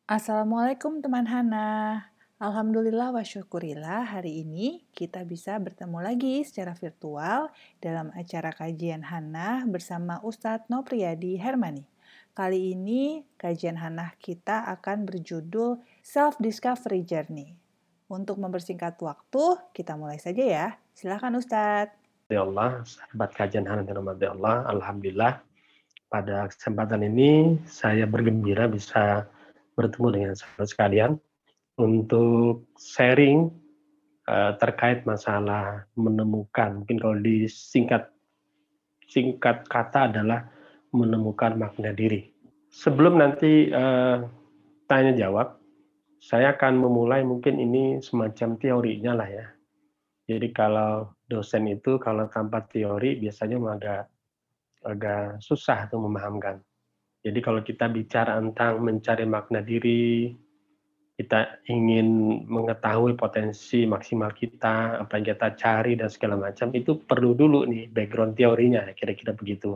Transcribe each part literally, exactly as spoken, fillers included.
Assalamualaikum teman Hana. Alhamdulillah wa syukurillah hari ini kita bisa bertemu lagi secara virtual dalam acara kajian Hana bersama Ustadz Nopriyadi Hermani. Kali ini kajian Hana kita akan berjudul Self Discovery Journey. Untuk mempersingkat waktu, kita mulai saja ya. Silakan Ustadz. Ya Allah, sahabat kajian Hana dan Rahmat Allah, Alhamdulillah pada kesempatan ini saya bergembira bisa bertemu dengan sahabat sekalian untuk sharing uh, terkait masalah menemukan, mungkin kalau disingkat singkat kata adalah menemukan makna diri. Sebelum nanti uh, tanya jawab, saya akan memulai mungkin ini semacam teorinya lah ya. Jadi kalau dosen itu kalau tanpa teori biasanya agak agak susah tuh memahamkan. Jadi kalau kita bicara tentang mencari makna diri, kita ingin mengetahui potensi maksimal kita, apa yang kita cari dan segala macam, itu perlu dulu nih background teorinya, kira-kira begitu.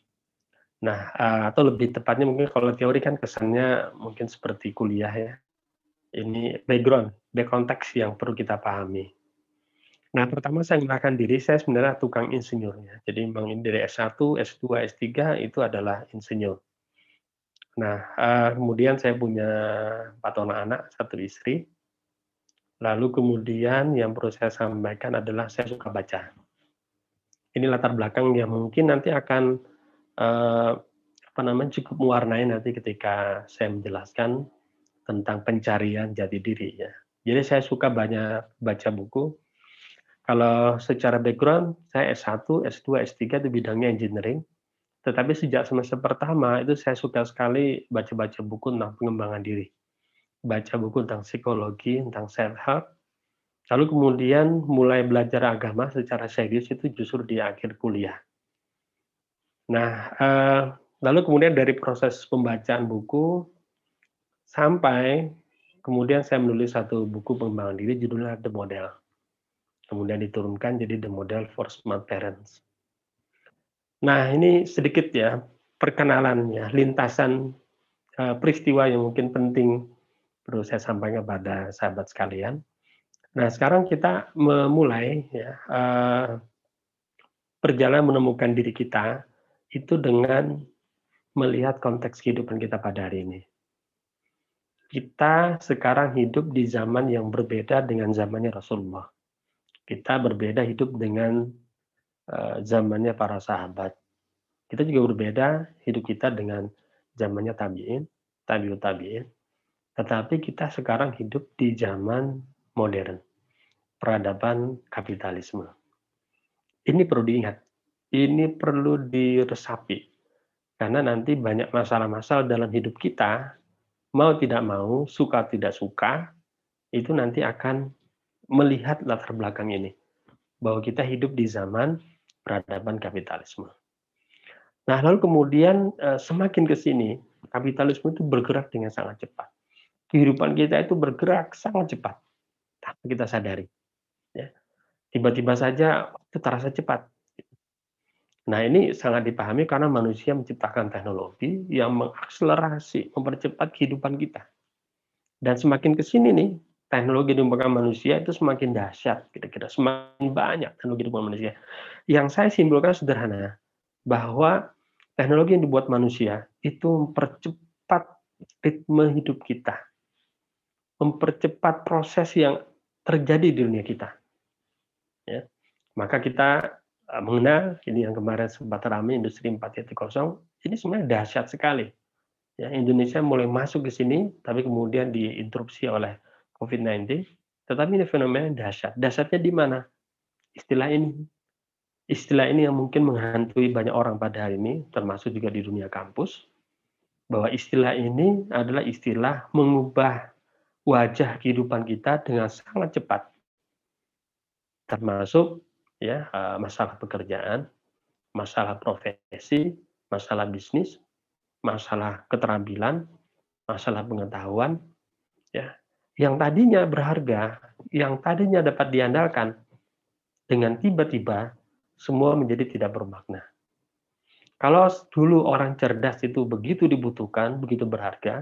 Nah, uh, atau lebih tepatnya mungkin kalau teori kan kesannya mungkin seperti kuliah ya. Ini background, background teks yang perlu kita pahami. Nah, pertama saya mengenalkan diri, saya sebenarnya tukang insinyurnya. Jadi memang ini dari S satu, S dua, S tiga itu adalah insinyur. Nah, uh, kemudian saya punya empat orang anak, satu istri. Lalu kemudian yang perlu saya sampaikan adalah saya suka baca. Ini latar belakang yang mungkin nanti akan uh, apa namanya cukup mewarnai nanti ketika saya menjelaskan tentang pencarian jati diri ya. Jadi saya suka banyak baca buku. Kalau secara background saya S satu, S dua, S tiga itu bidangnya engineering. Tetapi sejak semester pertama itu saya suka sekali baca-baca buku tentang pengembangan diri. Baca buku tentang psikologi, tentang self-help. Lalu kemudian mulai belajar agama secara serius itu justru di akhir kuliah. Nah, eh, lalu kemudian dari proses pembacaan buku sampai kemudian saya menulis satu buku pengembangan diri judulnya The Model. Kemudian diturunkan jadi The Model for Smart Parents. Nah, ini sedikit ya perkenalannya, lintasan uh, peristiwa yang mungkin penting perlu saya sampaikan kepada sahabat sekalian. Nah, sekarang kita memulai ya uh, perjalanan menemukan diri kita itu dengan melihat konteks kehidupan kita pada hari ini. Kita sekarang hidup di zaman yang berbeda dengan zamannya Rasulullah. Kita berbeda hidup dengan uh, zamannya para sahabat. Kita juga berbeda hidup kita dengan zamannya tabi'in, tabi'ut tabi'in. Tetapi kita sekarang hidup di zaman modern, peradaban kapitalisme. Ini perlu diingat, ini perlu diresapi. Karena nanti banyak masalah-masalah dalam hidup kita, mau tidak mau, suka tidak suka, itu nanti akan melihat latar belakang ini. Bahwa kita hidup di zaman peradaban kapitalisme. Nah, lalu kemudian semakin ke sini, kapitalisme itu bergerak dengan sangat cepat. Kehidupan kita itu bergerak sangat cepat, tanpa kita sadari. Ya. Tiba-tiba saja itu terasa cepat. Nah, ini sangat dipahami karena manusia menciptakan teknologi yang mengakselerasi, mempercepat kehidupan kita. Dan semakin ke sini nih, teknologi di muka manusia itu semakin dahsyat, kira-kira semakin banyak teknologi di muka manusia. Yang saya simpulkan sederhana, bahwa teknologi yang dibuat manusia itu mempercepat ritme hidup kita, mempercepat proses yang terjadi di dunia kita. Ya. Maka kita uh, mengenal ini yang kemarin sempat ramai industri empat titik nol, ini sebenarnya dahsyat sekali. Ya, Indonesia mulai masuk ke sini, tapi kemudian diinterupsi oleh covid sembilan belas. Tetapi ini fenomena dahsyat. Dahsyatnya di mana? Istilah ini. Istilah ini yang mungkin menghantui banyak orang pada hari ini, termasuk juga di dunia kampus, bahwa istilah ini adalah istilah mengubah wajah kehidupan kita dengan sangat cepat. Termasuk ya masalah pekerjaan, masalah profesi, masalah bisnis, masalah keterampilan, masalah pengetahuan, ya, yang tadinya berharga, yang tadinya dapat diandalkan, dengan tiba-tiba semua menjadi tidak bermakna. Kalau dulu orang cerdas itu begitu dibutuhkan, begitu berharga,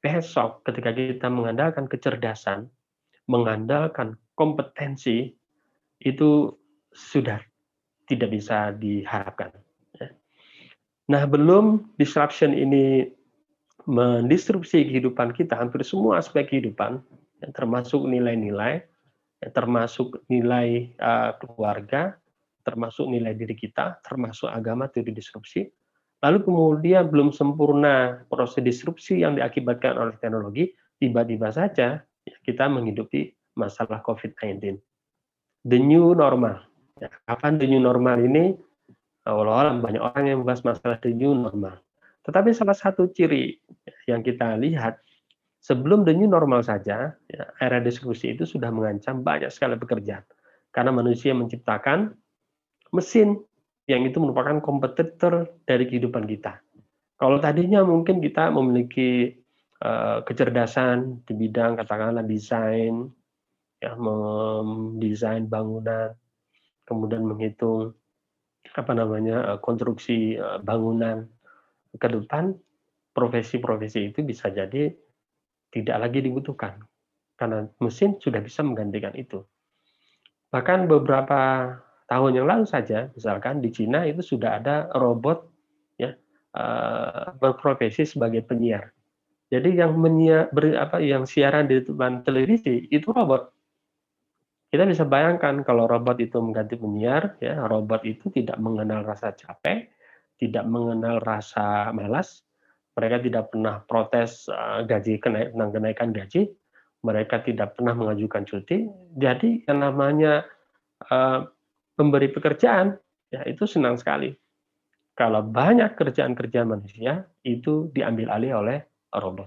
besok ketika kita mengandalkan kecerdasan, mengandalkan kompetensi, itu sudah tidak bisa diharapkan, ya. Nah, belum disruption ini mendisrupsi kehidupan kita, hampir semua aspek kehidupan, ya, termasuk nilai-nilai, ya, termasuk nilai uh, keluarga, termasuk nilai diri kita, termasuk agama itu didisrupsi. Lalu kemudian belum sempurna proses disrupsi yang diakibatkan oleh teknologi, tiba-tiba saja ya, kita menghidupi masalah covid sembilan belas. The new normal. Ya, kapan the new normal ini? Walau banyak orang yang membahas masalah the new normal. Tetapi salah satu ciri yang kita lihat, sebelum the new normal saja, ya, era diskusi itu sudah mengancam banyak sekali pekerjaan. Karena manusia menciptakan mesin yang itu merupakan kompetitor dari kehidupan kita. Kalau tadinya mungkin kita memiliki uh, kecerdasan di bidang katakanlah desain, ya, mendesain bangunan, kemudian menghitung apa namanya konstruksi uh, bangunan, ke depan profesi-profesi itu bisa jadi tidak lagi dibutuhkan karena mesin sudah bisa menggantikan itu. Bahkan beberapa tahun yang lalu saja, misalkan di Cina itu sudah ada robot ya uh, berprofesi sebagai penyiar. Jadi yang menyiar ber, apa yang siaran di depan televisi itu robot. Kita bisa bayangkan kalau robot itu mengganti penyiar, ya robot itu tidak mengenal rasa capek, tidak mengenal rasa malas, mereka tidak pernah protes uh, gaji kenaik, tentang kenaikan gaji, mereka tidak pernah mengajukan cuti. Jadi yang namanya uh, pemberi pekerjaan, ya itu senang sekali. Kalau banyak kerjaan-kerjaan manusia itu diambil alih oleh robot.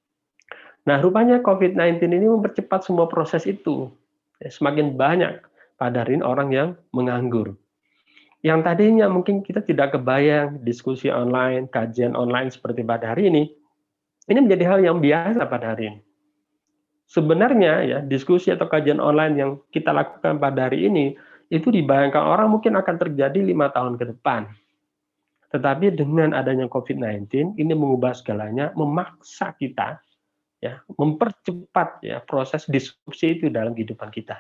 Nah, rupanya covid sembilan belas ini mempercepat semua proses itu. Semakin banyak pada hari ini orang yang menganggur. Yang tadinya mungkin kita tidak kebayang diskusi online, kajian online seperti pada hari ini, ini menjadi hal yang biasa pada hari ini. Sebenarnya ya diskusi atau kajian online yang kita lakukan pada hari ini itu dibayangkan orang mungkin akan terjadi lima tahun ke depan. Tetapi dengan adanya covid sembilan belas ini mengubah segalanya, memaksa kita ya mempercepat ya proses disrupsi itu dalam kehidupan kita.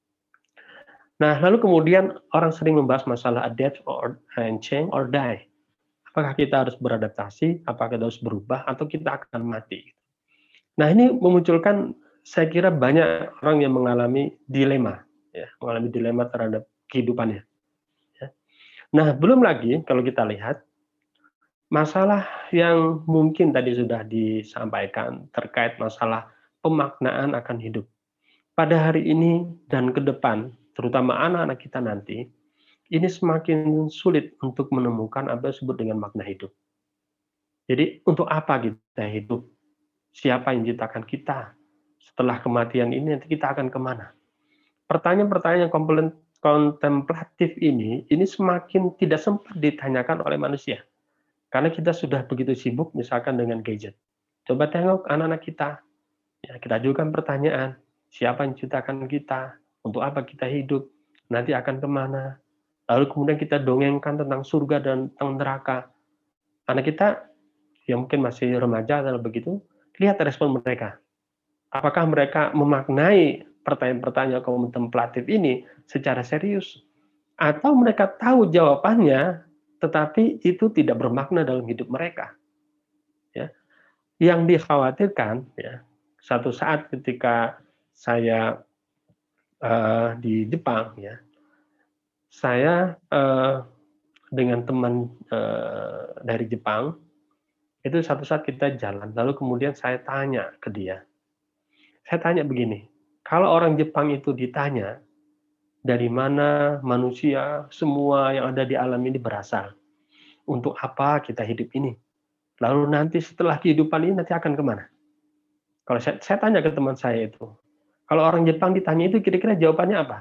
Nah, lalu kemudian orang sering membahas masalah adapt or and change or die. Apakah kita harus beradaptasi, apakah kita harus berubah, atau kita akan mati. Nah, ini memunculkan, saya kira banyak orang yang mengalami dilema, ya, mengalami dilema terhadap kehidupannya. Ya. Nah, belum lagi kalau kita lihat masalah yang mungkin tadi sudah disampaikan terkait masalah pemaknaan akan hidup. Pada hari ini dan ke depan, terutama anak-anak kita nanti, ini semakin sulit untuk menemukan apa yang disebut dengan makna hidup. Jadi, untuk apa kita hidup? Siapa yang menciptakan kita? Setelah kematian ini, nanti kita akan kemana? Pertanyaan-pertanyaan yang kontemplatif ini, ini semakin tidak sempat ditanyakan oleh manusia. Karena kita sudah begitu sibuk misalkan dengan gadget. Coba tengok anak-anak kita. Ya, kita ajukan pertanyaan, siapa yang menciptakan kita? Untuk apa kita hidup? Nanti akan kemana? Lalu kemudian kita dongengkan tentang surga dan tentang neraka. Anak kita yang mungkin masih remaja atau begitu, lihat respon mereka. Apakah mereka memaknai pertanyaan-pertanyaan kontemplatif ini secara serius? Atau mereka tahu jawabannya, tetapi itu tidak bermakna dalam hidup mereka. Ya. Yang dikhawatirkan, ya, satu saat ketika saya uh, di Jepang, ya, saya uh, dengan teman uh, dari Jepang, itu satu saat kita jalan, lalu kemudian saya tanya ke dia. Saya tanya begini, kalau orang Jepang itu ditanya, dari mana manusia semua yang ada di alam ini berasal? Untuk apa kita hidup ini? Lalu nanti setelah kehidupan ini nanti akan kemana? Kalau saya, saya tanya ke teman saya itu, kalau orang Jepang ditanya itu kira-kira jawabannya apa?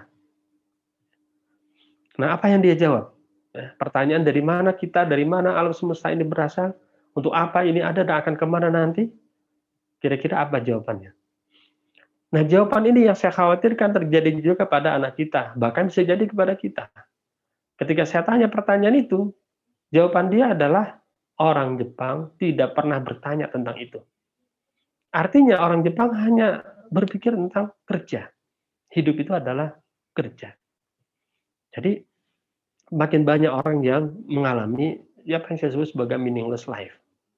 Nah, apa yang dia jawab? Pertanyaan dari mana kita, dari mana alam semesta ini berasal? Untuk apa ini ada dan akan kemana nanti? Kira-kira apa jawabannya? Nah, jawaban ini yang saya khawatirkan terjadi juga pada anak kita, bahkan bisa jadi kepada kita. Ketika saya tanya pertanyaan itu, jawaban dia adalah orang Jepang tidak pernah bertanya tentang itu. Artinya orang Jepang hanya berpikir tentang kerja. Hidup itu adalah kerja. Jadi makin banyak orang yang mengalami ya apa yang saya sebut sebagai meaningless life.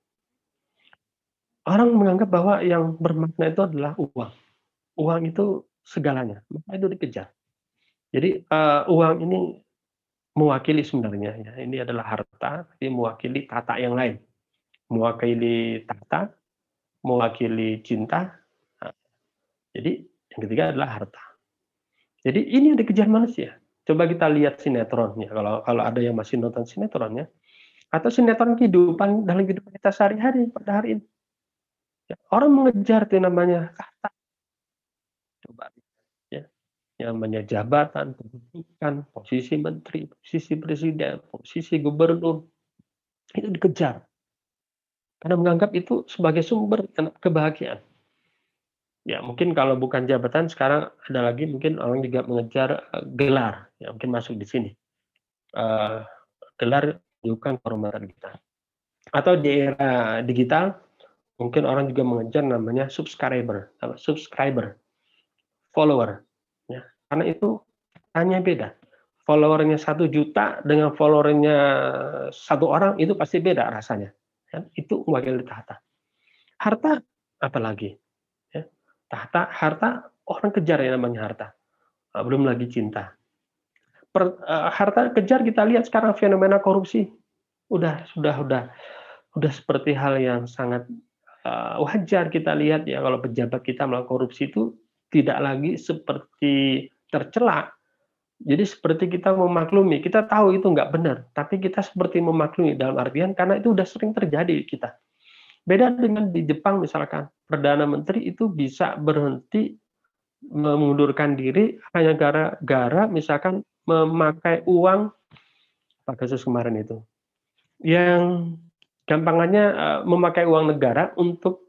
Orang menganggap bahwa yang bermakna itu adalah uang. Uang itu segalanya, maka itu dikejar. Jadi, eee, uang ini mewakili sebenarnya ya, ini adalah harta, tapi mewakili tata yang lain. Mewakili tahta, mewakili cinta, eee, jadi yang ketiga adalah harta. Jadi ini yang dikejar manusia. Coba kita lihat sinetronnya, kalau kalau ada yang masih nonton sinetron ya, atau sinetron kehidupan dalam kehidupan kita sehari-hari pada hari ini. Ya, orang mengejar tuh namanya tahta, coba ya, yang namanya jabatan, kedudukan, posisi menteri, posisi presiden, posisi gubernur, itu dikejar. Karena menganggap itu sebagai sumber kebahagiaan. Ya mungkin kalau bukan jabatan sekarang ada lagi mungkin orang juga mengejar, eee, gelar, ya mungkin masuk di sini. Eee, gelar menunjukkan kehormatan kita. Atau di era digital, mungkin orang juga mengejar namanya subscriber, apa, subscriber, follower, ya. Karena itu hanya beda. Follower-nya satu juta dengan follower-nya satu orang itu pasti beda rasanya, kan. Itu mewakili tahta. Harta apalagi, ya. Tahta, harta, orang kejar yang namanya harta, eee, belum lagi cinta. Per eee, harta kejar kita lihat sekarang fenomena korupsi, udah sudah udah udah seperti hal yang sangat, eee, wajar kita lihat ya kalau pejabat kita melakukan korupsi itu tidak lagi seperti tercela. Jadi seperti kita memaklumi, kita tahu itu nggak benar, tapi kita seperti memaklumi dalam artian karena itu udah sering terjadi di kita. Beda dengan di Jepang misalkan, perdana menteri itu bisa berhenti mengundurkan diri hanya gara-gara misalkan memakai uang, apa kasus kemarin itu, yang gampangannya, eee, memakai uang negara untuk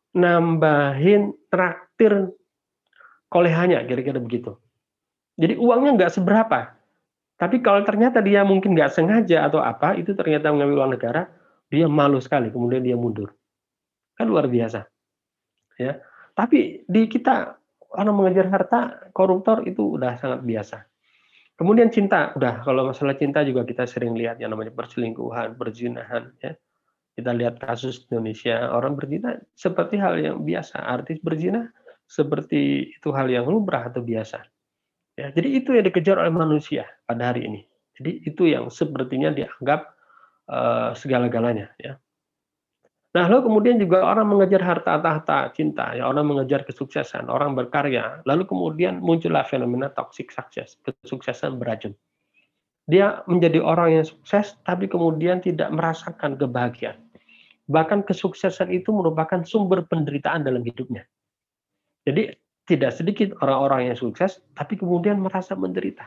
nambahin traktir kolehannya, kira-kira begitu. Jadi uangnya nggak seberapa, tapi kalau ternyata dia mungkin nggak sengaja atau apa, itu ternyata mengambil uang negara, dia malu sekali, kemudian dia mundur. Kan luar biasa, ya. Tapi di kita, orang mengejar harta, koruptor itu udah sangat biasa. Kemudian cinta, udah kalau masalah cinta juga kita sering lihat yang namanya perselingkuhan, perzinahan, ya. Kita lihat kasus Indonesia, orang berzina seperti hal yang biasa, artis berzina seperti itu hal yang lumrah atau biasa. Ya, jadi itu yang dikejar oleh manusia pada hari ini. Jadi itu yang sepertinya dianggap, eee, segala-galanya, ya. Nah, lalu kemudian juga orang mengejar harta tahta, cinta, ya, orang mengejar kesuksesan, orang berkarya, lalu kemudian muncullah fenomena toxic success, kesuksesan beracun. Dia menjadi orang yang sukses, tapi kemudian tidak merasakan kebahagiaan. Bahkan kesuksesan itu merupakan sumber penderitaan dalam hidupnya. Jadi tidak sedikit orang-orang yang sukses, tapi kemudian merasa menderita.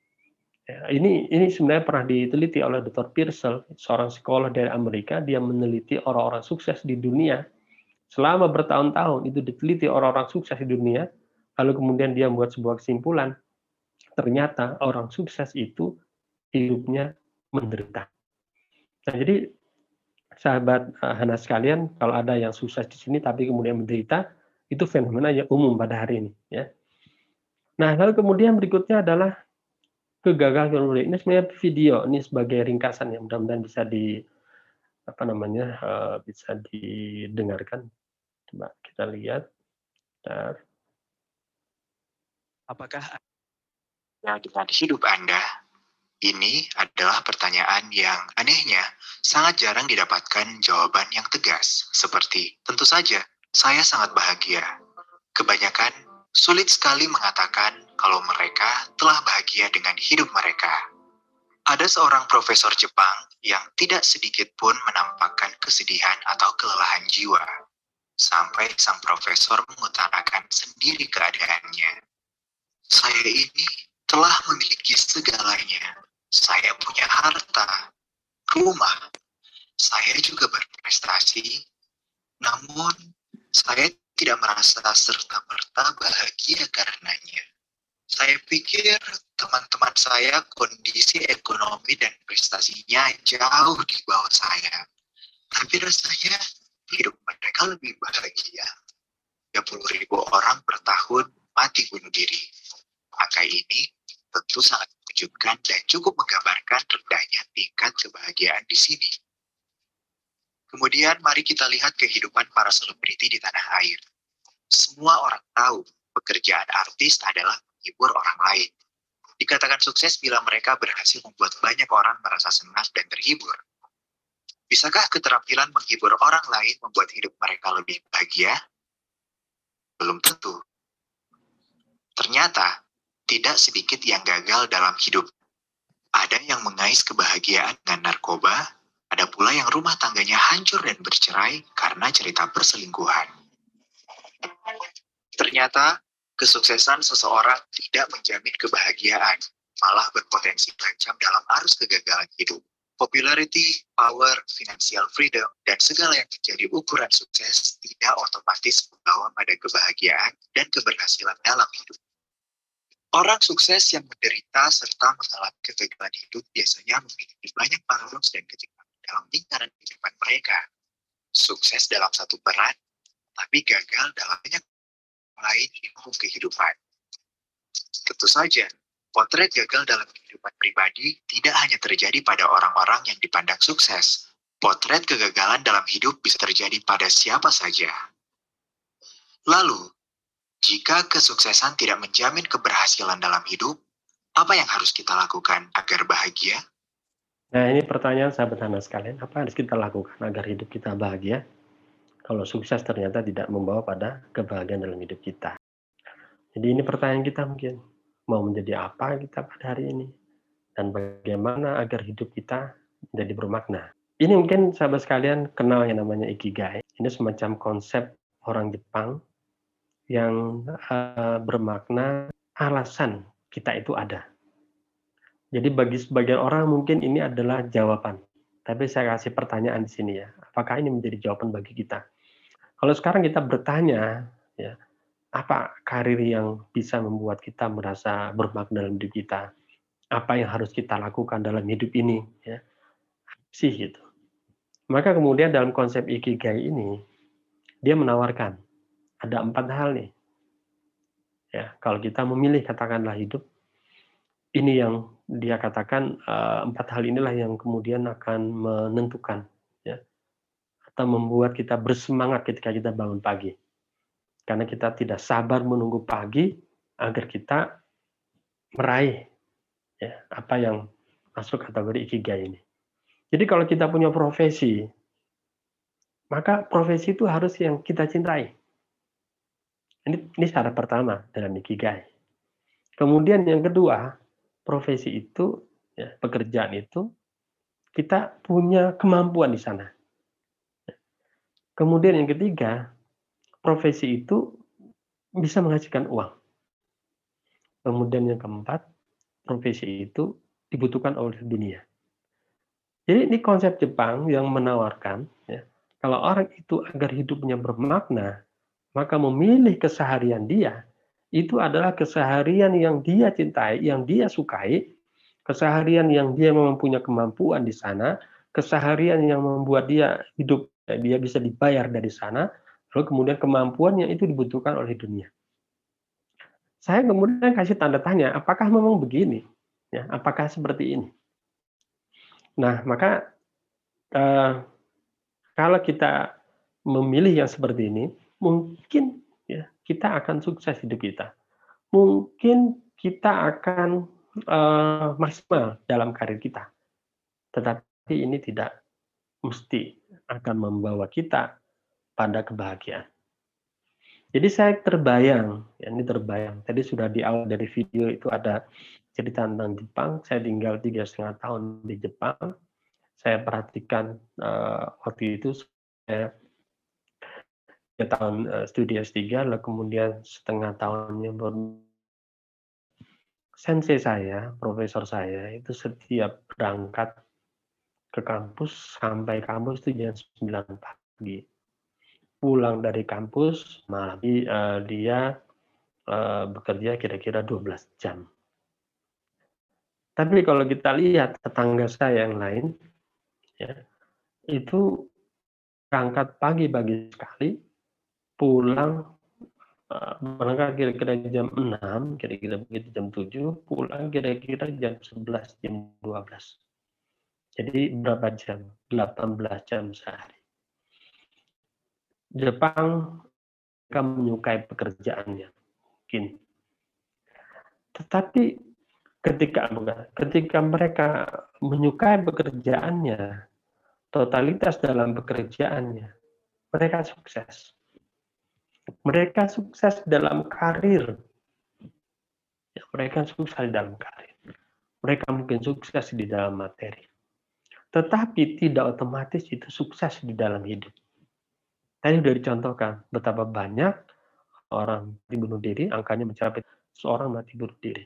Ya, ini ini sebenarnya pernah diteliti oleh doktor Pearsall, seorang psikolog dari Amerika. Dia meneliti orang-orang sukses di dunia selama bertahun-tahun. Itu diteliti orang-orang sukses di dunia, lalu kemudian dia membuat sebuah kesimpulan. Ternyata orang sukses itu hidupnya menderita. Nah, jadi sahabat uh, Hana sekalian, kalau ada yang sukses di sini tapi kemudian menderita, itu fenomena yang umum pada hari ini, ya. Nah, lalu kemudian berikutnya adalah kegagalan menulis. Ini sebenarnya video, ini sebagai ringkasan yang mudah-mudahan bisa di apa namanya, uh, bisa didengarkan. Coba kita lihat. Bentar. Apakah ada dengan hidup Anda? Ini adalah pertanyaan yang anehnya sangat jarang didapatkan jawaban yang tegas, seperti tentu saja, saya sangat bahagia. Kebanyakan sulit sekali mengatakan kalau mereka telah bahagia dengan hidup mereka. Ada seorang profesor Jepang yang tidak sedikit pun menampakkan kesedihan atau kelelahan jiwa, sampai sang profesor mengutarakan sendiri keadaannya. Saya ini telah memiliki segalanya. Saya punya harta, rumah, saya juga berprestasi, namun saya tidak merasa serta-merta bahagia karenanya. Saya pikir teman-teman saya kondisi ekonomi dan prestasinya jauh di bawah saya. Tapi rasanya hidup mereka lebih bahagia. puluh ribu orang per tahun mati bunuh diri. Angka ini tentu sangat mengejutkan dan cukup menggambarkan rendahnya tingkat kebahagiaan di sini. Kemudian mari kita lihat kehidupan para selebriti di tanah air. Semua orang tahu pekerjaan artis adalah menghibur orang lain. Dikatakan sukses bila mereka berhasil membuat banyak orang merasa senang dan terhibur. Bisakah keterampilan menghibur orang lain membuat hidup mereka lebih bahagia? Belum tentu. Ternyata, tidak sedikit yang gagal dalam hidup. Ada yang mengais kebahagiaan dengan narkoba, ada pula yang rumah tangganya hancur dan bercerai karena cerita perselingkuhan. Ternyata, kesuksesan seseorang tidak menjamin kebahagiaan, malah berpotensi terancam dalam arus kegagalan hidup. Popularity, power, financial freedom, dan segala yang menjadi ukuran sukses tidak otomatis membawa pada kebahagiaan dan keberhasilan dalam hidup. Orang sukses yang menderita serta mengalami kegagalan hidup biasanya memiliki banyak paradoks dan kejanggalan dalam lingkaran kehidupan mereka. Sukses dalam satu peran, tapi gagal dalam banyak lain ilmu kehidupan. Tentu saja, potret gagal dalam kehidupan pribadi tidak hanya terjadi pada orang-orang yang dipandang sukses. Potret kegagalan dalam hidup bisa terjadi pada siapa saja. Lalu, jika kesuksesan tidak menjamin keberhasilan dalam hidup, apa yang harus kita lakukan agar bahagia? Nah, ini pertanyaan sahabat Hana sekalian, apa harus kita lakukan agar hidup kita bahagia? Kalau sukses ternyata tidak membawa pada kebahagiaan dalam hidup kita. Jadi ini pertanyaan kita mungkin, mau menjadi apa kita pada hari ini? Dan bagaimana agar hidup kita menjadi bermakna? Ini mungkin sahabat sekalian kenal yang namanya Ikigai. Ini semacam konsep orang Jepang yang uh, bermakna alasan kita itu ada. Jadi bagi sebagian orang mungkin ini adalah jawaban. Tapi saya kasih pertanyaan di sini ya. Apakah ini menjadi jawaban bagi kita? Kalau sekarang kita bertanya, ya, apa karir yang bisa membuat kita merasa bermakna dalam hidup kita? Apa yang harus kita lakukan dalam hidup ini? Ya, sih gitu. Maka kemudian dalam konsep Ikigai ini, dia menawarkan ada empat hal nih. Ya, kalau kita memilih katakanlah hidup, ini yang dia katakan uh, empat hal inilah yang kemudian akan menentukan, ya, atau membuat kita bersemangat ketika kita bangun pagi. Karena kita tidak sabar menunggu pagi agar kita meraih, ya, apa yang masuk kategori Ikigai ini. Jadi kalau kita punya profesi, maka profesi itu harus yang kita cintai. Ini, ini syarat pertama dalam Ikigai. Kemudian yang kedua, profesi itu, ya, pekerjaan itu, kita punya kemampuan di sana. Kemudian yang ketiga, profesi itu bisa menghasilkan uang. Kemudian yang keempat, profesi itu dibutuhkan oleh dunia. Jadi ini konsep Jepang yang menawarkan, ya, kalau orang itu agar hidupnya bermakna, maka memilih keseharian dia, itu adalah keseharian yang dia cintai, yang dia sukai, keseharian yang dia mempunyai kemampuan di sana, keseharian yang membuat dia hidup, dia bisa dibayar dari sana, lalu kemudian kemampuannya itu dibutuhkan oleh dunia. Saya kemudian kasih tanda tanya, apakah memang begini? Ya, apakah seperti ini? Nah, maka eh, kalau kita memilih yang seperti ini, mungkin, ya, kita akan sukses hidup kita. Mungkin kita akan uh, maksimal dalam karir kita. Tetapi ini tidak mesti akan membawa kita pada kebahagiaan. Jadi saya terbayang, ya, ini terbayang. Tadi sudah di awal dari video itu ada cerita tentang Jepang. Saya tinggal tiga setengah tahun di Jepang. Saya perhatikan uh, waktu itu saya tiga tahun uh, studi S tiga, lalu kemudian setengah tahunnya baru sensei saya, profesor saya itu setiap berangkat ke kampus sampai kampus itu jam sembilan pagi. Pulang dari kampus malam. Uh, dia uh, bekerja kira-kira dua belas jam. Tapi kalau kita lihat tetangga saya yang lain, ya, itu berangkat pagi-pagi sekali, pulang eee, berangkat kira-kira jam enam, kira-kira begitu, jam tujuh, pulang kira-kira jam sebelas, jam dua belas. Jadi berapa jam? delapan belas jam sehari. Jepang, mereka menyukai pekerjaannya, mungkin. Tetapi ketika ketika mereka menyukai pekerjaannya, totalitas dalam pekerjaannya, mereka sukses. Mereka sukses dalam karir. Ya, mereka sukses dalam karir. Mereka mungkin sukses di dalam materi. Tetapi tidak otomatis itu sukses di dalam hidup. Tadi sudah dicontohkan betapa banyak orang mati bunuh diri, angkanya mencapai seorang mati bunuh diri.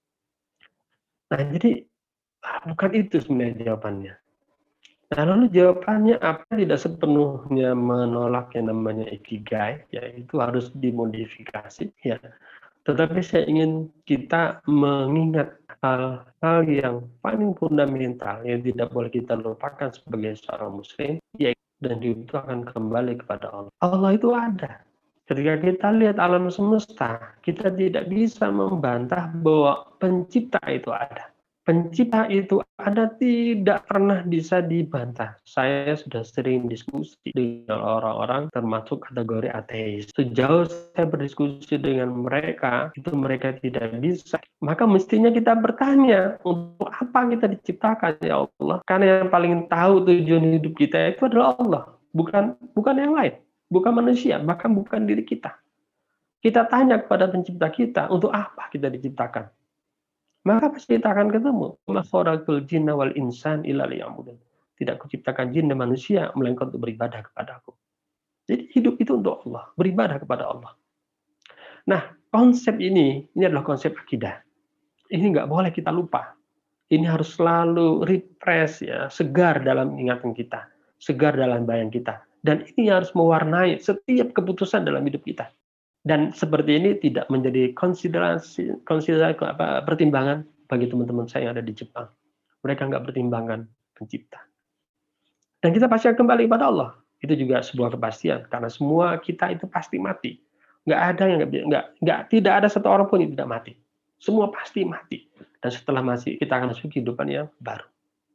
Nah, jadi bukan itu sebenarnya jawabannya. Nah, lalu jawabannya apa? Tidak sepenuhnya menolak yang namanya ikigai, ya itu harus dimodifikasi, ya. Tetapi saya ingin kita mengingat hal-hal yang paling fundamental yang tidak boleh kita lupakan sebagai seorang muslim, yaitu dan itu akan kembali kepada Allah. Allah itu ada. Ketika kita lihat alam semesta, kita tidak bisa membantah bahwa pencipta itu ada. Pencipta itu ada, tidak pernah bisa dibantah. Saya sudah sering diskusi dengan orang-orang termasuk kategori ateis. Sejauh saya berdiskusi dengan mereka, itu mereka tidak bisa. Maka mestinya kita bertanya, untuk apa kita diciptakan ya Allah? Karena yang paling tahu tujuan hidup kita itu adalah Allah, bukan bukan yang lain, bukan manusia, bahkan bukan diri kita. Kita tanya kepada pencipta kita, untuk apa kita diciptakan? Maka pasti kita akan ketemu. Ma khalaqtul jinna wal insan illa liya'budun. Tidak kuciptakan jin dan manusia melainkan untuk beribadah kepada aku. Jadi hidup itu untuk Allah, beribadah kepada Allah. Nah, konsep ini, ini adalah konsep akidah. Ini nggak boleh kita lupa. Ini harus selalu refresh, ya, segar dalam ingatan kita, segar dalam bayang kita. Dan ini harus mewarnai setiap keputusan dalam hidup kita. Dan seperti ini tidak menjadi konsiderasi, konsiderasi apa, pertimbangan bagi teman-teman saya yang ada di Jepang. Mereka nggak pertimbangkan pencipta. Dan kita pasti akan kembali kepada Allah. Itu juga sebuah kepastian, karena semua kita itu pasti mati. Nggak ada yang nggak, nggak, nggak, tidak ada satu orang pun yang tidak mati. Semua pasti mati. Dan setelah mati, kita akan masuk kehidupan yang baru.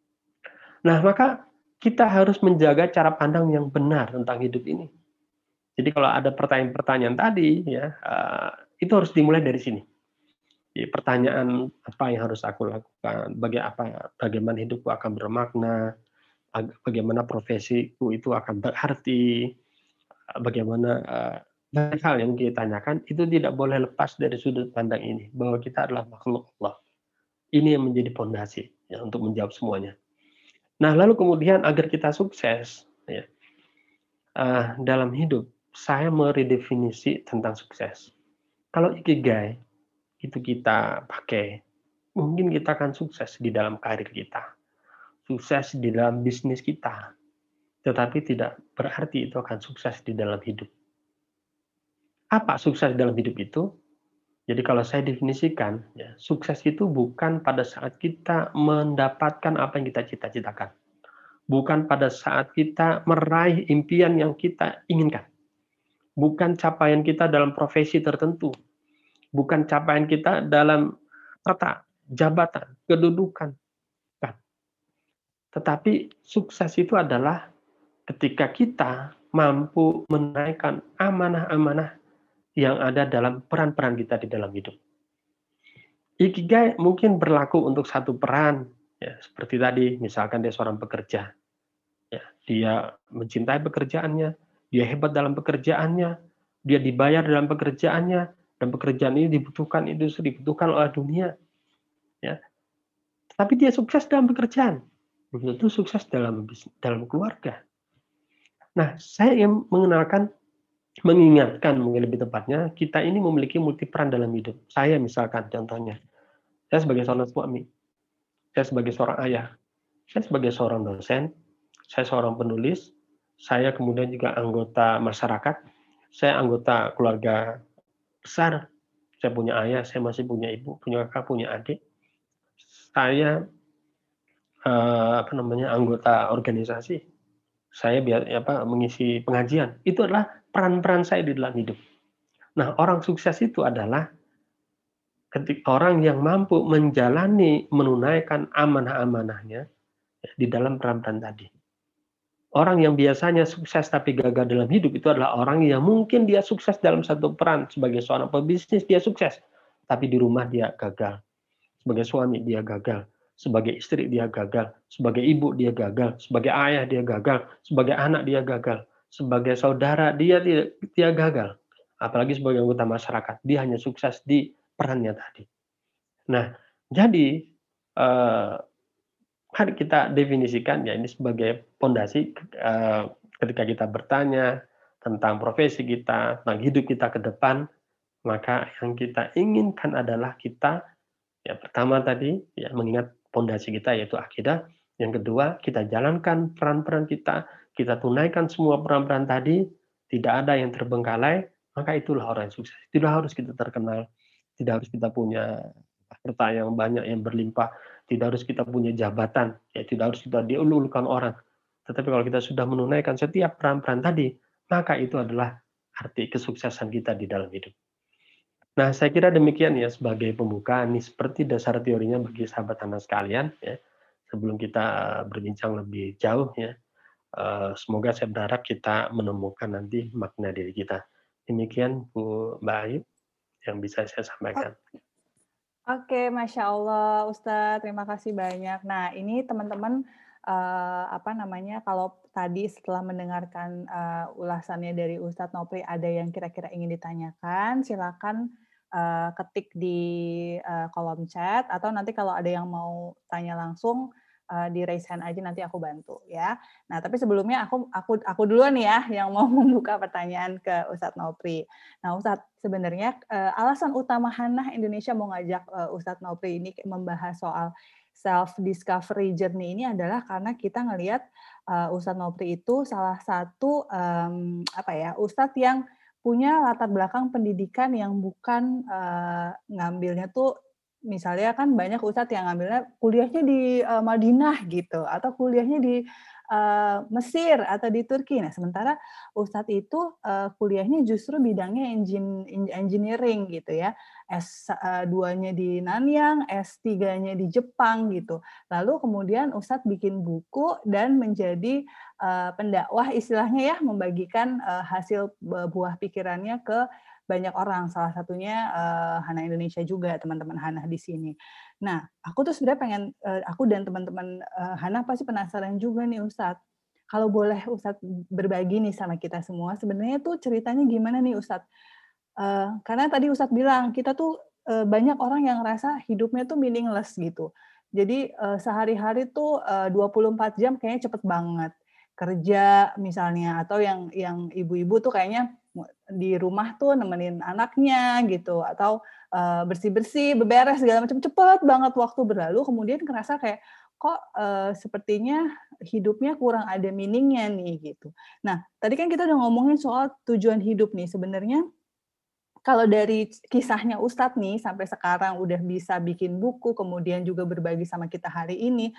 Nah, maka kita harus menjaga cara pandang yang benar tentang hidup ini. Jadi kalau ada pertanyaan-pertanyaan tadi, ya uh, itu harus dimulai dari sini. Jadi, pertanyaan apa yang harus aku lakukan, bagaimana apa, bagaimana hidupku akan bermakna, bagaimana profesiku itu akan berarti, bagaimana uh, banyak hal yang kita tanyakan itu tidak boleh lepas dari sudut pandang ini, bahwa kita adalah makhluk Allah. Ini yang menjadi fondasi, ya, untuk menjawab semuanya. Nah, lalu kemudian agar kita sukses, ya, uh, dalam hidup, saya meredefinisi tentang sukses. Kalau ikigai itu kita pakai, mungkin kita akan sukses di dalam karir kita, sukses di dalam bisnis kita, tetapi tidak berarti itu akan sukses di dalam hidup. Apa sukses dalam hidup itu? Jadi kalau saya definisikan, ya, sukses itu bukan pada saat kita mendapatkan apa yang kita cita-citakan, bukan pada saat kita meraih impian yang kita inginkan, bukan capaian kita dalam profesi tertentu, bukan capaian kita dalam harta, jabatan, kedudukan. Bukan. Tetapi sukses itu adalah ketika kita mampu menaikkan amanah-amanah yang ada dalam peran-peran kita di dalam hidup. Ikigai mungkin berlaku untuk satu peran, ya, seperti tadi, misalkan dia seorang pekerja, ya, dia mencintai pekerjaannya, dia hebat dalam pekerjaannya, dia dibayar dalam pekerjaannya, dan pekerjaan ini dibutuhkan industri, dibutuhkan oleh dunia, ya. Tapi dia sukses dalam pekerjaan, belum tentu sukses dalam dalam keluarga. Nah, saya ingin mengenalkan, mengingatkan mungkin lebih tepatnya, kita ini memiliki multi peran dalam hidup. Saya misalkan contohnya, saya sebagai seorang suami, saya sebagai seorang ayah, saya sebagai seorang dosen, saya seorang penulis, saya kemudian juga anggota masyarakat, saya anggota keluarga besar, saya punya ayah, saya masih punya ibu, punya kakak, punya adik, saya eh, apa namanya anggota organisasi, saya biar apa mengisi pengajian. Itu adalah peran-peran saya di dalam hidup. Nah, orang sukses itu adalah ketika orang yang mampu menjalani, menunaikan amanah-amanahnya ya, di dalam peran-peran tadi. Orang yang biasanya sukses tapi gagal dalam hidup itu adalah orang yang mungkin dia sukses dalam satu peran sebagai seorang pebisnis dia sukses, tapi di rumah dia gagal. Sebagai suami dia gagal, sebagai istri dia gagal, sebagai ibu dia gagal, sebagai ayah dia gagal, sebagai anak dia gagal, sebagai saudara dia dia, dia gagal. Apalagi sebagai anggota masyarakat, dia hanya sukses di perannya tadi. Nah, jadi eh, mari kita definisikan ya ini sebagai pondasi eh, ketika kita bertanya tentang profesi kita, tentang hidup kita ke depan, maka yang kita inginkan adalah kita ya pertama tadi ya mengingat pondasi kita yaitu akidah, yang kedua kita jalankan peran-peran kita, kita tunaikan semua peran-peran tadi, tidak ada yang terbengkalai, maka itulah orang yang sukses. Tidak harus kita terkenal, tidak harus kita punya harta yang banyak yang berlimpah, tidak harus kita punya jabatan, ya tidak harus kita dielulukan orang. Tetapi kalau kita sudah menunaikan setiap peran-peran tadi, maka itu adalah arti kesuksesan kita di dalam hidup. Nah, saya kira demikian ya sebagai pembukaan nih seperti dasar teorinya bagi sahabat Anda sekalian ya. Sebelum kita eh, berbincang lebih jauh ya, eh, semoga saya berharap kita menemukan nanti makna diri kita. Demikian Bu Mbak Ayu yang bisa saya sampaikan. Oke, Masya Allah, Ustadz. Terima kasih banyak. Nah, ini teman-teman, uh, apa namanya, kalau tadi setelah mendengarkan uh, ulasannya dari Ustadz Nopri, ada yang kira-kira ingin ditanyakan, silakan uh, ketik di uh, kolom chat, atau nanti kalau ada yang mau tanya langsung, uh, di raise hand aja, nanti aku bantu ya. Nah, tapi sebelumnya aku aku aku duluan ya yang mau membuka pertanyaan ke Ustadz Nopri. Nah, Ustadz, sebenarnya uh, alasan utama Hannah Indonesia mau ngajak uh, Ustadz Nopri ini membahas soal self discovery journey ini adalah karena kita ngelihat uh, Ustadz Nopri itu salah satu um, apa ya Ustadz yang punya latar belakang pendidikan yang bukan uh, ngambilnya tuh misalnya kan banyak Ustadz yang ngambilnya kuliahnya di uh, Madinah gitu atau kuliahnya di uh, Mesir atau di Turki. Nah, sementara Ustadz itu uh, kuliahnya justru bidangnya engine, engineering gitu ya. S dua-nya di Nanyang, S tiga-nya di Jepang gitu. Lalu kemudian Ustadz bikin buku dan menjadi uh, pendakwah istilahnya ya, membagikan uh, hasil buah pikirannya ke banyak orang, salah satunya uh, Hannah Indonesia juga, teman-teman Hannah di sini. Nah, aku tuh sebenarnya pengen, uh, aku dan teman-teman uh, Hannah pasti penasaran juga nih Ustadz, kalau boleh Ustadz berbagi nih sama kita semua, sebenarnya tuh ceritanya gimana nih Ustadz? Uh, karena tadi Ustadz bilang, kita tuh uh, banyak orang yang ngerasa hidupnya tuh meaningless gitu. Jadi uh, sehari-hari tuh uh, dua puluh empat jam kayaknya cepet banget. Kerja misalnya, atau yang yang ibu-ibu tuh kayaknya di rumah tuh nemenin anaknya gitu, atau uh, bersih-bersih, beberes segala macam, cepet banget waktu berlalu, kemudian ngerasa kayak, kok uh, sepertinya hidupnya kurang ada meaning-nya nih gitu. Nah, tadi kan kita udah ngomongin soal tujuan hidup nih. Sebenarnya kalau dari kisahnya Ustadz nih sampai sekarang udah bisa bikin buku, kemudian juga berbagi sama kita hari ini.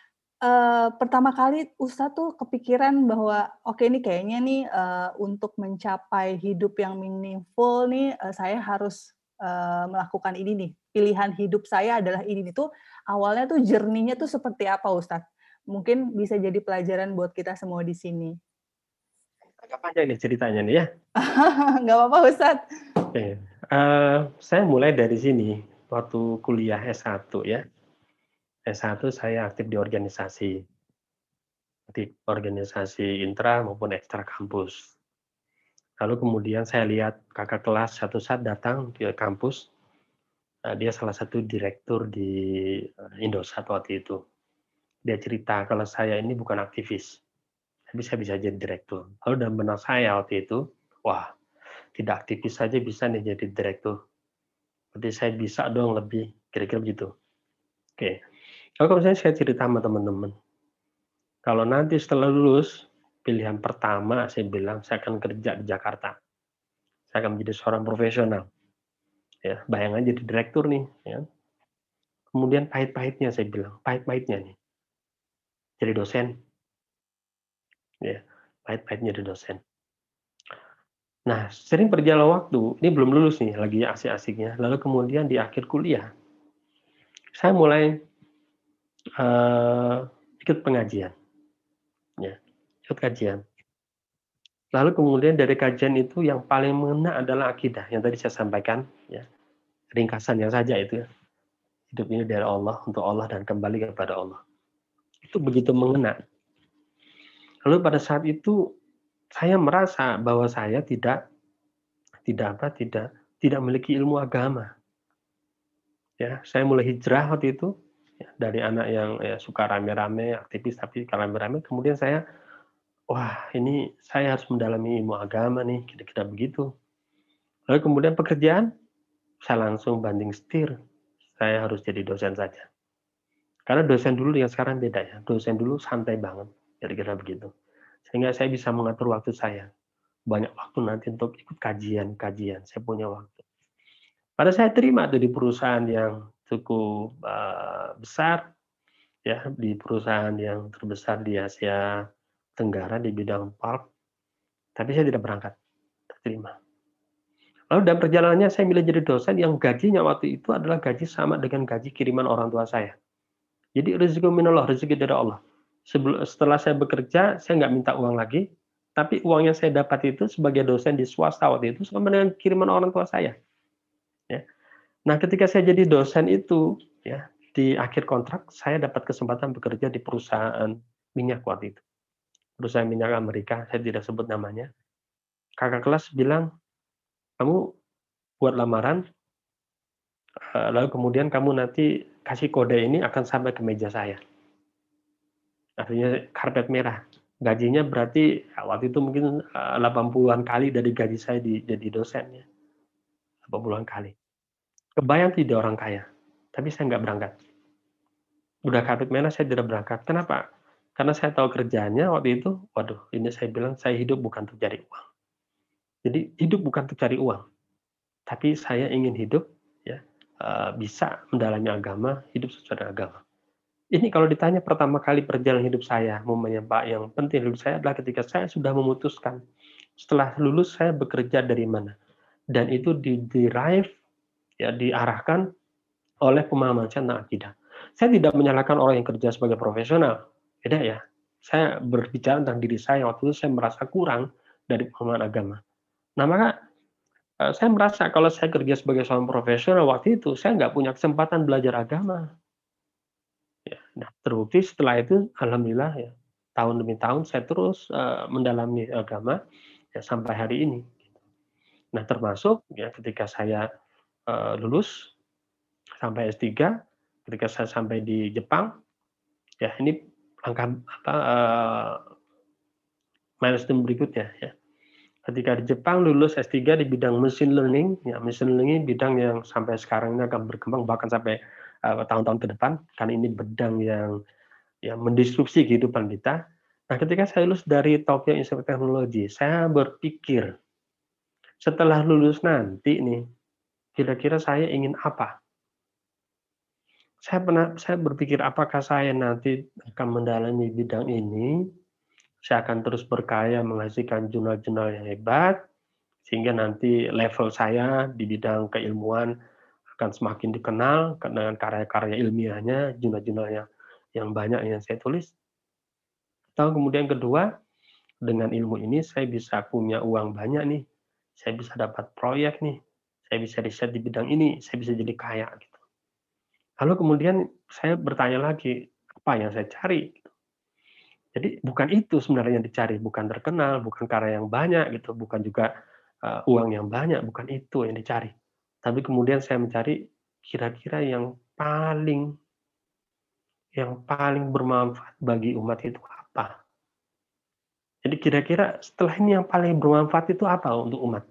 Uh, pertama kali Ustadz tuh kepikiran bahwa oke okay, nih kayaknya nih uh, untuk mencapai hidup yang meaningful nih uh, saya harus uh, melakukan ini nih. Pilihan hidup saya adalah ini nih tuh awalnya tuh journey-nya tuh seperti apa Ustadz? Mungkin bisa jadi pelajaran buat kita semua di sini. Agak panjang nih ceritanya nih ya. Nggak apa-apa Ustadz. Oke, uh, saya mulai dari sini waktu kuliah S satu ya. S satu saya aktif di organisasi, di organisasi intra maupun ekstra kampus. Lalu kemudian saya lihat kakak kelas satu saat datang ke kampus, dia salah satu direktur di Indosat waktu itu. Dia cerita kalau saya ini bukan aktivis, tapi saya bisa jadi direktur. Lalu dalam benak saya waktu itu, wah tidak aktivis saja bisa nih jadi direktur. Berarti saya bisa dong lebih, kira-kira begitu. Oke, kalau misalnya saya cerita sama teman-teman, kalau nanti setelah lulus, pilihan pertama saya bilang saya akan kerja di Jakarta. Saya akan menjadi seorang profesional. Ya, bayang aja jadi direktur nih. Ya. Kemudian pahit-pahitnya saya bilang, pahit-pahitnya nih. Jadi dosen. Ya, pahit-pahitnya jadi dosen. Nah, sering berjalan waktu, ini belum lulus nih, lagi asik-asiknya, lalu kemudian di akhir kuliah, saya mulai, eee, ikut pengajian, ya, ikut kajian. Lalu kemudian dari kajian itu yang paling mengena adalah akidah, yang tadi saya sampaikan, ya, ringkasannya saja itu ya, hidup ini dari Allah, untuk Allah dan kembali kepada Allah. Itu begitu mengena. Lalu pada saat itu, saya merasa bahwa saya tidak tidak apa, tidak tidak memiliki ilmu agama. Ya, saya mulai hijrah waktu itu, ya, dari anak yang, ya, suka rame-rame, aktivis tapi kalau rame-rame, kemudian saya, "Wah, ini saya harus mendalami ilmu agama nih," kira-kira begitu. Lalu kemudian pekerjaan, saya langsung banting setir, saya harus jadi dosen saja. Karena dosen dulu yang sekarang beda ya, dosen dulu santai banget, kira-kira begitu. Sehingga saya bisa mengatur waktu saya, banyak waktu nanti untuk ikut kajian-kajian, saya punya waktu. Pada saya terima tuh di perusahaan yang cukup, eee, besar, ya, di perusahaan yang terbesar di Asia Tenggara di bidang pulp, tapi saya tidak berangkat, terima. Lalu dalam perjalanannya saya milih jadi dosen yang gajinya waktu itu adalah gaji sama dengan gaji kiriman orang tua saya. Jadi rezeki minallah, rezeki dari Allah. Sebelu setelah saya bekerja, saya nggak minta uang lagi, tapi uang yang saya dapat itu sebagai dosen di swasta waktu itu sama dengan kiriman orang tua saya, ya. Nah, ketika saya jadi dosen itu, ya, di akhir kontrak saya dapat kesempatan bekerja di perusahaan minyak waktu itu. Perusahaan minyak Amerika, saya tidak sebut namanya. Kakak kelas bilang, "Kamu buat lamaran, eee, lalu kemudian kamu nanti kasih kode ini akan sampai ke meja saya." Artinya karpet merah. Gajinya berarti ya waktu itu mungkin, eee, delapan puluhan kali dari gaji saya di jadi dosen ya, delapan puluhan kali. Kebayang tidak orang kaya, tapi saya nggak berangkat. Udah karpet merah saya tidak berangkat. Kenapa? Karena saya tahu kerjaannya waktu itu, waduh ini saya bilang saya hidup bukan untuk cari uang. Jadi hidup bukan untuk cari uang, tapi saya ingin hidup ya, eee, bisa mendalami agama, hidup sesuai dengan agama. Ini kalau ditanya pertama kali perjalanan hidup saya, momennya Pak, yang penting hidup saya adalah ketika saya sudah memutuskan, setelah lulus saya bekerja dari mana, dan itu di-derive, ya, diarahkan oleh pemahaman saya tentang akidah. Saya tidak menyalahkan orang yang kerja sebagai profesional, beda ya. Saya berbicara tentang diri saya, waktu itu saya merasa kurang dari pemahaman agama. Nah, maka, eee, saya merasa kalau saya kerja sebagai seorang profesional waktu itu, saya nggak punya kesempatan belajar agama. Ya, nah terbukti setelah itu alhamdulillah ya, tahun demi tahun saya terus, eee, mendalami agama, ya sampai hari ini. Nah termasuk ya ketika saya, eee, lulus sampai S tiga, ketika saya sampai di Jepang, ya ini langkah apa, eee, milestone berikutnya ya. Ketika di Jepang lulus S tiga di bidang machine learning, ya machine learning bidang yang sampai sekarang ini akan berkembang bahkan sampai, eee, tahun-tahun ke depan, karena ini bidang yang ya mendisrupsi kehidupan kita. Nah, ketika saya lulus dari Tokyo Institute of Technology, saya berpikir, setelah lulus nanti nih, kira-kira saya ingin apa? Saya pernah saya berpikir apakah saya nanti akan mendalami bidang ini, saya akan terus berkarya menghasilkan jurnal-jurnal yang hebat, sehingga nanti level saya di bidang keilmuan akan semakin dikenal dengan karya-karya ilmiahnya, jurnal-jurnalnya yang banyak yang saya tulis. Atau kemudian kedua, dengan ilmu ini saya bisa punya uang banyak nih, saya bisa dapat proyek nih, saya bisa riset di bidang ini, saya bisa jadi kaya gitu. Lalu kemudian saya bertanya lagi, apa yang saya cari? Jadi bukan itu sebenarnya yang dicari, bukan terkenal, bukan karya yang banyak gitu, bukan juga, eee, uang yang banyak, bukan itu yang dicari. Tapi kemudian saya mencari kira-kira yang paling yang paling bermanfaat bagi umat itu apa? Jadi kira-kira setelah ini yang paling bermanfaat itu apa untuk umat?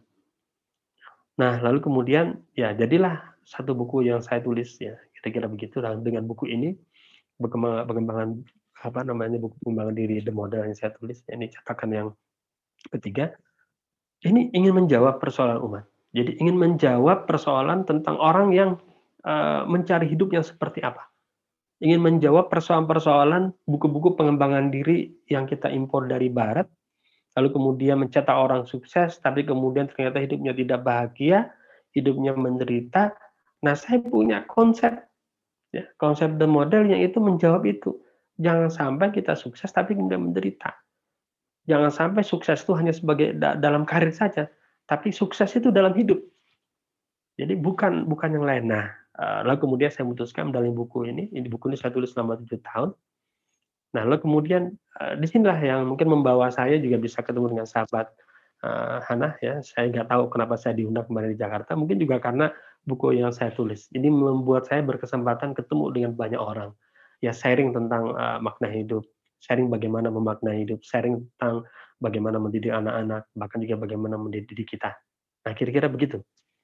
Nah, lalu kemudian ya jadilah satu buku yang saya tulis ya, kira-kira begitu. Dan dengan buku ini berkembang pengembangan apa namanya, buku pengembangan diri The Model yang saya tulis, ini cetakan yang ketiga, ini ingin menjawab persoalan umat. Jadi ingin menjawab persoalan tentang orang yang, eee, mencari hidup yang seperti apa. Ingin menjawab persoalan-persoalan buku-buku pengembangan diri yang kita impor dari barat, lalu kemudian mencetak orang sukses, tapi kemudian ternyata hidupnya tidak bahagia, hidupnya menderita. Nah, saya punya konsep, ya, konsep dan model yang itu menjawab itu. Jangan sampai kita sukses tapi kemudian menderita. Jangan sampai sukses itu hanya sebagai da dalam karir saja, tapi sukses itu dalam hidup. Jadi bukan bukan yang lain. Nah, eee, lalu kemudian saya memutuskan dalam buku ini, ini buku ini saya tulis selama tujuh tahun. Nah, lalu kemudian, eee, di sinilah yang mungkin membawa saya juga bisa ketemu dengan sahabat, eee, Hannah ya. Saya nggak tahu kenapa saya diundang kemarin di Jakarta, mungkin juga karena buku yang saya tulis. Ini membuat saya berkesempatan ketemu dengan banyak orang. Ya sharing tentang, eee, makna hidup, sharing bagaimana memaknai hidup, sharing tentang bagaimana mendidik anak-anak, bahkan juga bagaimana mendidik kita. Nah, kira-kira begitu.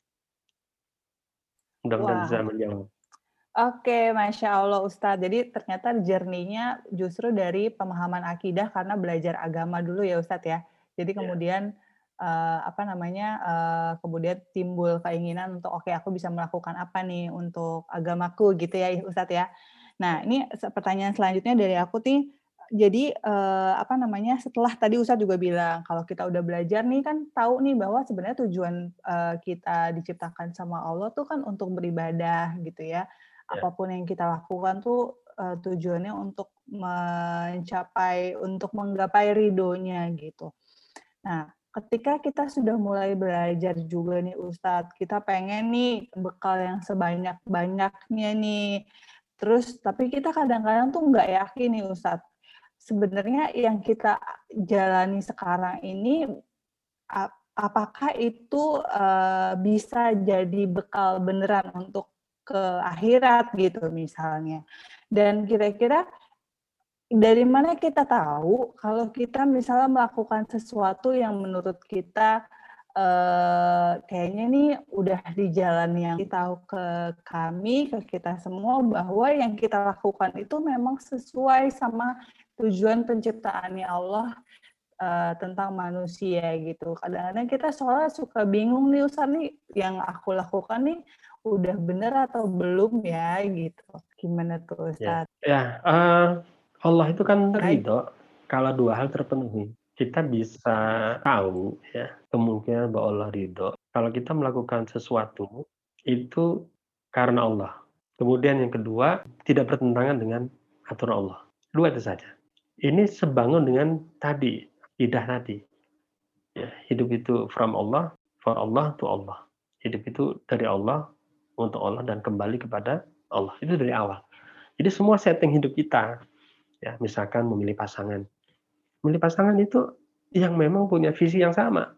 Mudah-mudahan bisa Wah, menjawab. oke, Masya Allah Ustadz. Jadi ternyata journey-nya justru dari pemahaman akidah karena belajar agama dulu ya Ustadz ya. Jadi Ya. kemudian eh, apa namanya, eh, kemudian timbul keinginan untuk oke aku bisa melakukan apa nih untuk agamaku gitu ya Ustadz ya. Nah ini se- pertanyaan selanjutnya dari aku nih. Jadi eh, apa namanya setelah tadi Ustadz juga bilang kalau kita udah belajar nih kan tahu nih bahwa sebenarnya tujuan eh, kita diciptakan sama Allah tuh kan untuk beribadah gitu ya. Ya. Apapun yang kita lakukan tuh uh, tujuannya untuk mencapai, untuk menggapai ridhonya gitu. Nah, ketika kita sudah mulai belajar juga nih Ustadz, kita pengen nih bekal yang sebanyak-banyaknya nih. Terus, tapi kita kadang-kadang tuh nggak yakin nih Ustadz. Sebenarnya yang kita jalani sekarang ini, apakah itu uh, bisa jadi bekal beneran untuk ke akhirat gitu misalnya. Dan kira-kira dari mana kita tahu kalau kita misalnya melakukan sesuatu yang menurut kita eh, kayaknya nih udah di jalan yang tahu ke kami, ke kita semua bahwa yang kita lakukan itu memang sesuai sama tujuan penciptaannya Allah uh, tentang manusia gitu. Kadang-kadang kita soalnya suka bingung nih Ustaz nih, yang aku lakukan nih udah bener atau belum ya gitu. Gimana tuh Ya, Ustaz? ya, eee, Allah itu kan Baik. ridho kalau dua hal terpenuhi. Kita bisa tahu ya, kemungkinan bahwa Allah ridho kalau kita melakukan sesuatu itu karena Allah. Kemudian yang kedua, tidak bertentangan dengan aturan Allah. Dua itu saja. Ini sebangun dengan tadi, akidah tadi. Ya, hidup itu from Allah, for Allah to Allah. Hidup itu dari Allah, untuk Allah dan kembali kepada Allah. Itu dari awal. Jadi semua setting hidup kita, ya misalkan memilih pasangan. Memilih pasangan itu yang memang punya visi yang sama.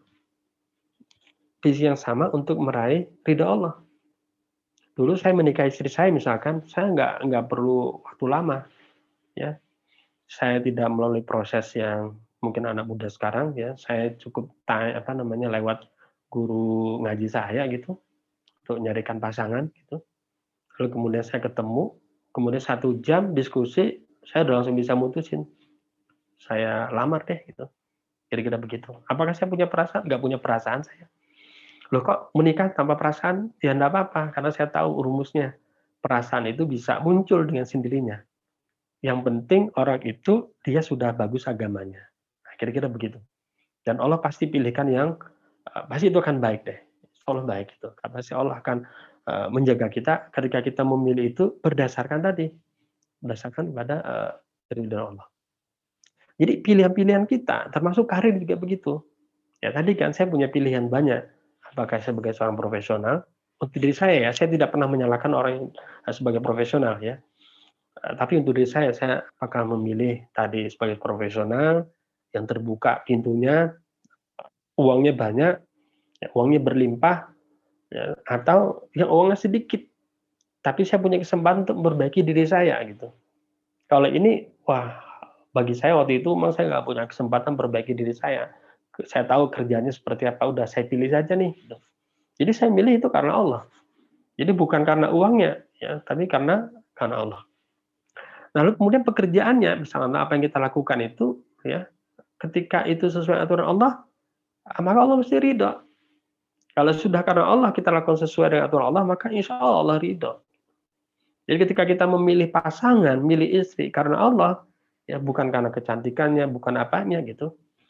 Visi yang sama untuk meraih ridha Allah. Dulu saya menikahi istri saya misalkan, saya nggak nggak perlu waktu lama, ya. Saya tidak melalui proses yang mungkin anak muda sekarang, ya. Saya cukup tanya apa namanya lewat guru ngaji saya gitu untuk nyarikan pasangan gitu. Lalu kemudian saya ketemu, kemudian satu jam diskusi, saya udah langsung bisa mutusin. Saya lamar deh gitu, kira-kira begitu. Apakah saya punya perasaan? Nggak punya perasaan saya. Loh kok menikah tanpa perasaan? Ya nggak apa-apa, karena saya tahu rumusnya. Perasaan itu bisa muncul dengan sendirinya. Yang penting orang itu dia sudah bagus agamanya. Nah, kira-kira begitu. Dan Allah pasti pilihkan yang uh, pasti itu akan baik deh. Allah baik itu. Karena si Allah akan uh, menjaga kita ketika kita memilih itu berdasarkan tadi, berdasarkan pada uh, ridho Allah. Jadi pilihan-pilihan kita, termasuk karir juga begitu. Ya tadi kan saya punya pilihan banyak. Apakah saya sebagai seorang profesional? Untuk diri saya ya, saya tidak pernah menyalahkan orang yang sebagai profesional ya. Tapi untuk diri saya, saya akan memilih tadi sebagai profesional yang terbuka pintunya, uangnya banyak, ya, uangnya berlimpah, ya, atau yang uangnya sedikit. Tapi saya punya kesempatan untuk memperbaiki diri saya gitu. Kalau ini, wah bagi saya waktu itu memang saya nggak punya kesempatan memperbaiki diri saya. Saya tahu kerjanya seperti apa, udah saya pilih saja nih. Gitu. Jadi saya milih itu karena Allah. Jadi bukan karena uangnya, ya, tapi karena karena Allah. Lalu kemudian pekerjaannya, misalnya apa yang kita lakukan itu, ya, ketika itu sesuai aturan Allah, maka Allah mesti ridho. Kalau sudah karena Allah kita lakukan sesuai dengan aturan Allah, maka insya Allah Allah ridho. Jadi ketika kita memilih pasangan, milih istri karena Allah, ya bukan karena kecantikannya, bukan apanya gitu,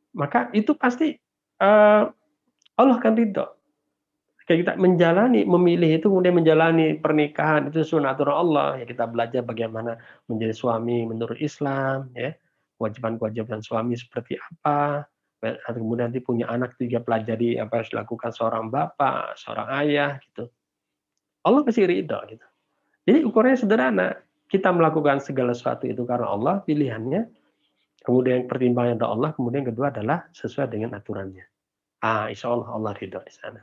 maka itu pasti uh, Allah akan ridho. Kayak kita menjalani, memilih itu kemudian menjalani pernikahan itu sunatullah Allah. Ya kita belajar bagaimana menjadi suami menurut Islam, ya kewajiban-kewajiban suami seperti apa. Atau kemudian nanti punya anak juga pelajari apa yang harus dilakukan seorang bapak, seorang ayah, gitu. Allah pasti ridho, gitu. Jadi ukurannya sederhana. Kita melakukan segala sesuatu itu karena Allah pilihannya. Kemudian pertimbangan dari Allah. Kemudian kedua adalah sesuai dengan aturannya. Ah, insya Allah Allah ridho di sana.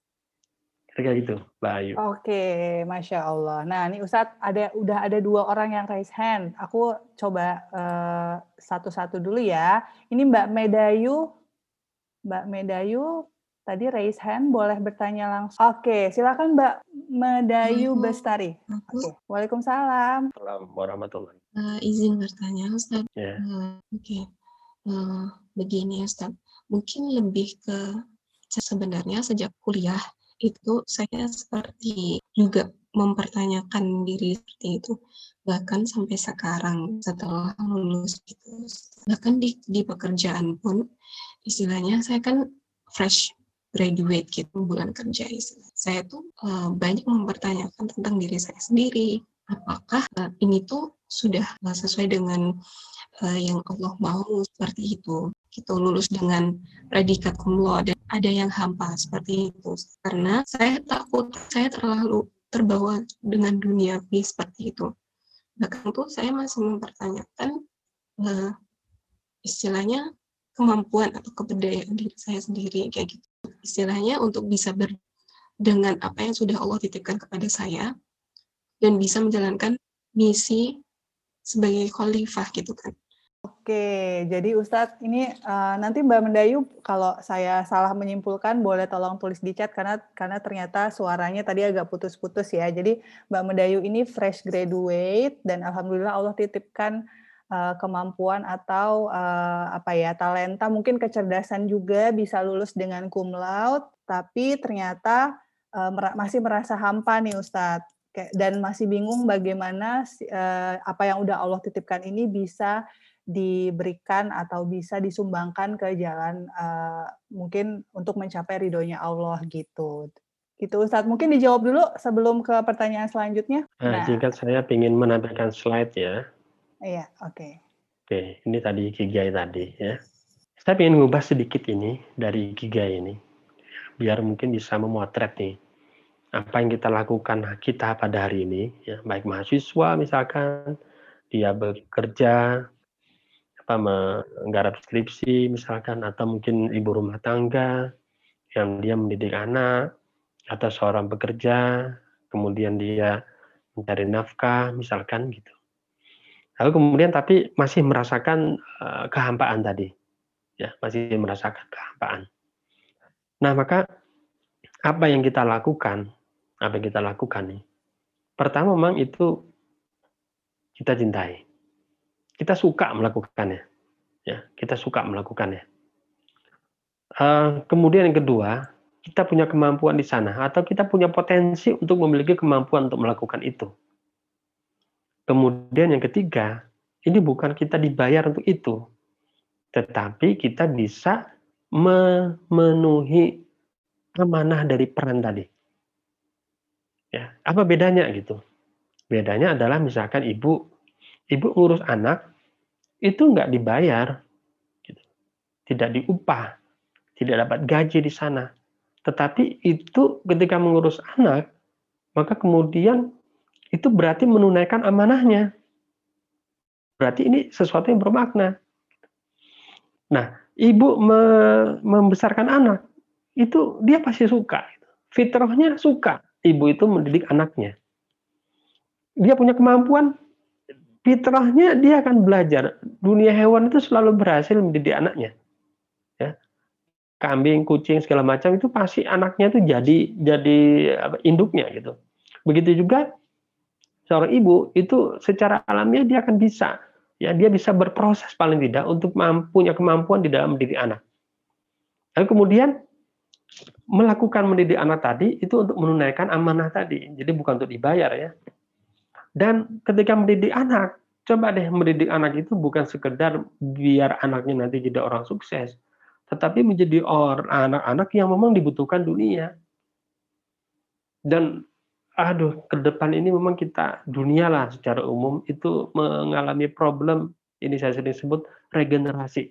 Kayak gitu, Mbak Ayu. Oke, Masya Allah. Nah, ini Ustadz ada udah ada dua orang yang raise hand. Aku coba uh, satu-satu dulu ya. Ini Mbak Medayu, Mbak Medayu tadi raise hand, boleh bertanya langsung. Oke, silakan Mbak Medayu Bestari. Oke, Waalaikumsalam. Assalamualaikum warahmatullahi. Uh, izin bertanya, Ustadz. Yeah. Uh, Oke, okay. uh, begini Ustadz. Mungkin lebih ke sebenarnya sejak kuliah itu saya seperti juga mempertanyakan diri seperti itu, bahkan sampai sekarang setelah lulus gitu, bahkan di, di pekerjaan pun istilahnya saya kan fresh graduate gitu, bulan kerja istilah. Saya tuh uh, banyak mempertanyakan tentang diri saya sendiri, apakah uh, ini tuh sudah uh, sesuai dengan uh, yang Allah mau seperti itu. Kita lulus dengan predikat cum laude, ada yang hampa seperti itu. Karena saya takut, saya terlalu terbawa dengan dunia seperti itu. Bahkan tuh saya masih mempertanyakan uh, istilahnya kemampuan atau keberdayaan diri saya sendiri kayak gitu. Istilahnya untuk bisa ber dengan apa yang sudah Allah titipkan kepada saya dan bisa menjalankan misi sebagai khalifah gitu kan. Oke, jadi Ustadz ini uh, nanti Mbak Mendayu kalau saya salah menyimpulkan boleh tolong tulis di chat karena karena ternyata suaranya tadi agak putus-putus ya. Jadi Mbak Mendayu ini fresh graduate dan alhamdulillah Allah titipkan uh, kemampuan atau uh, apa ya talenta, mungkin kecerdasan juga bisa lulus dengan cum laude, tapi ternyata uh, mer- masih merasa hampa nih Ustadz dan masih bingung bagaimana uh, apa yang udah Allah titipkan ini bisa diberikan atau bisa disumbangkan ke jalan uh, mungkin untuk mencapai ridhonya Allah gitu. Gitu Ustadz, mungkin dijawab dulu sebelum ke pertanyaan selanjutnya. Nah, singkat saya ingin menampilkan slide ya. Iya, oke. Okay. Oke, ini tadi Ikigai tadi ya. Saya ingin mengubah sedikit ini dari Ikigai ini, biar mungkin bisa memotret nih apa yang kita lakukan kita pada hari ini, ya baik mahasiswa misalkan dia bekerja, apa menggarap skripsi misalkan, atau mungkin ibu rumah tangga yang dia mendidik anak, atau seorang pekerja kemudian dia mencari nafkah misalkan gitu. Lalu kemudian tapi masih merasakan uh, kehampaan tadi, ya masih merasakan kehampaan. Nah maka apa yang kita lakukan, apa yang kita lakukan nih? Pertama memang itu kita cintai. Kita suka melakukannya, ya kita suka melakukannya. Uh, kemudian yang kedua, kita punya kemampuan di sana atau kita punya potensi untuk memiliki kemampuan untuk melakukan itu. Kemudian yang ketiga, ini bukan kita dibayar untuk itu, tetapi kita bisa memenuhi amanah dari peran tadi. Ya, apa bedanya gitu? Bedanya adalah misalkan ibu ibu ngurus anak itu nggak dibayar, gitu. Tidak diupah, tidak dapat gaji di sana. Tetapi itu ketika mengurus anak, maka kemudian itu berarti menunaikan amanahnya. Berarti ini sesuatu yang bermakna. Nah, ibu me- membesarkan anak, itu dia pasti suka. Fitrahnya suka ibu itu mendidik anaknya. Dia punya kemampuan, fitrahnya dia akan belajar. Dunia hewan itu selalu berhasil mendidik anaknya. Ya. Kambing, kucing segala macam itu pasti anaknya itu jadi jadi apa, induknya gitu. Begitu juga seorang ibu itu secara alamiah dia akan bisa, ya dia bisa berproses paling tidak untuk punya kemampuan di dalam mendidik anak. Lalu kemudian melakukan mendidik anak tadi itu untuk menunaikan amanah tadi. Jadi bukan untuk dibayar ya. Dan ketika mendidik anak, coba deh mendidik anak itu bukan sekedar biar anaknya nanti jadi orang sukses, tetapi menjadi or anak-anak yang memang dibutuhkan dunia. Dan aduh, ke depan ini memang kita dunia lah secara umum itu mengalami problem, ini saya sering sebut regenerasi.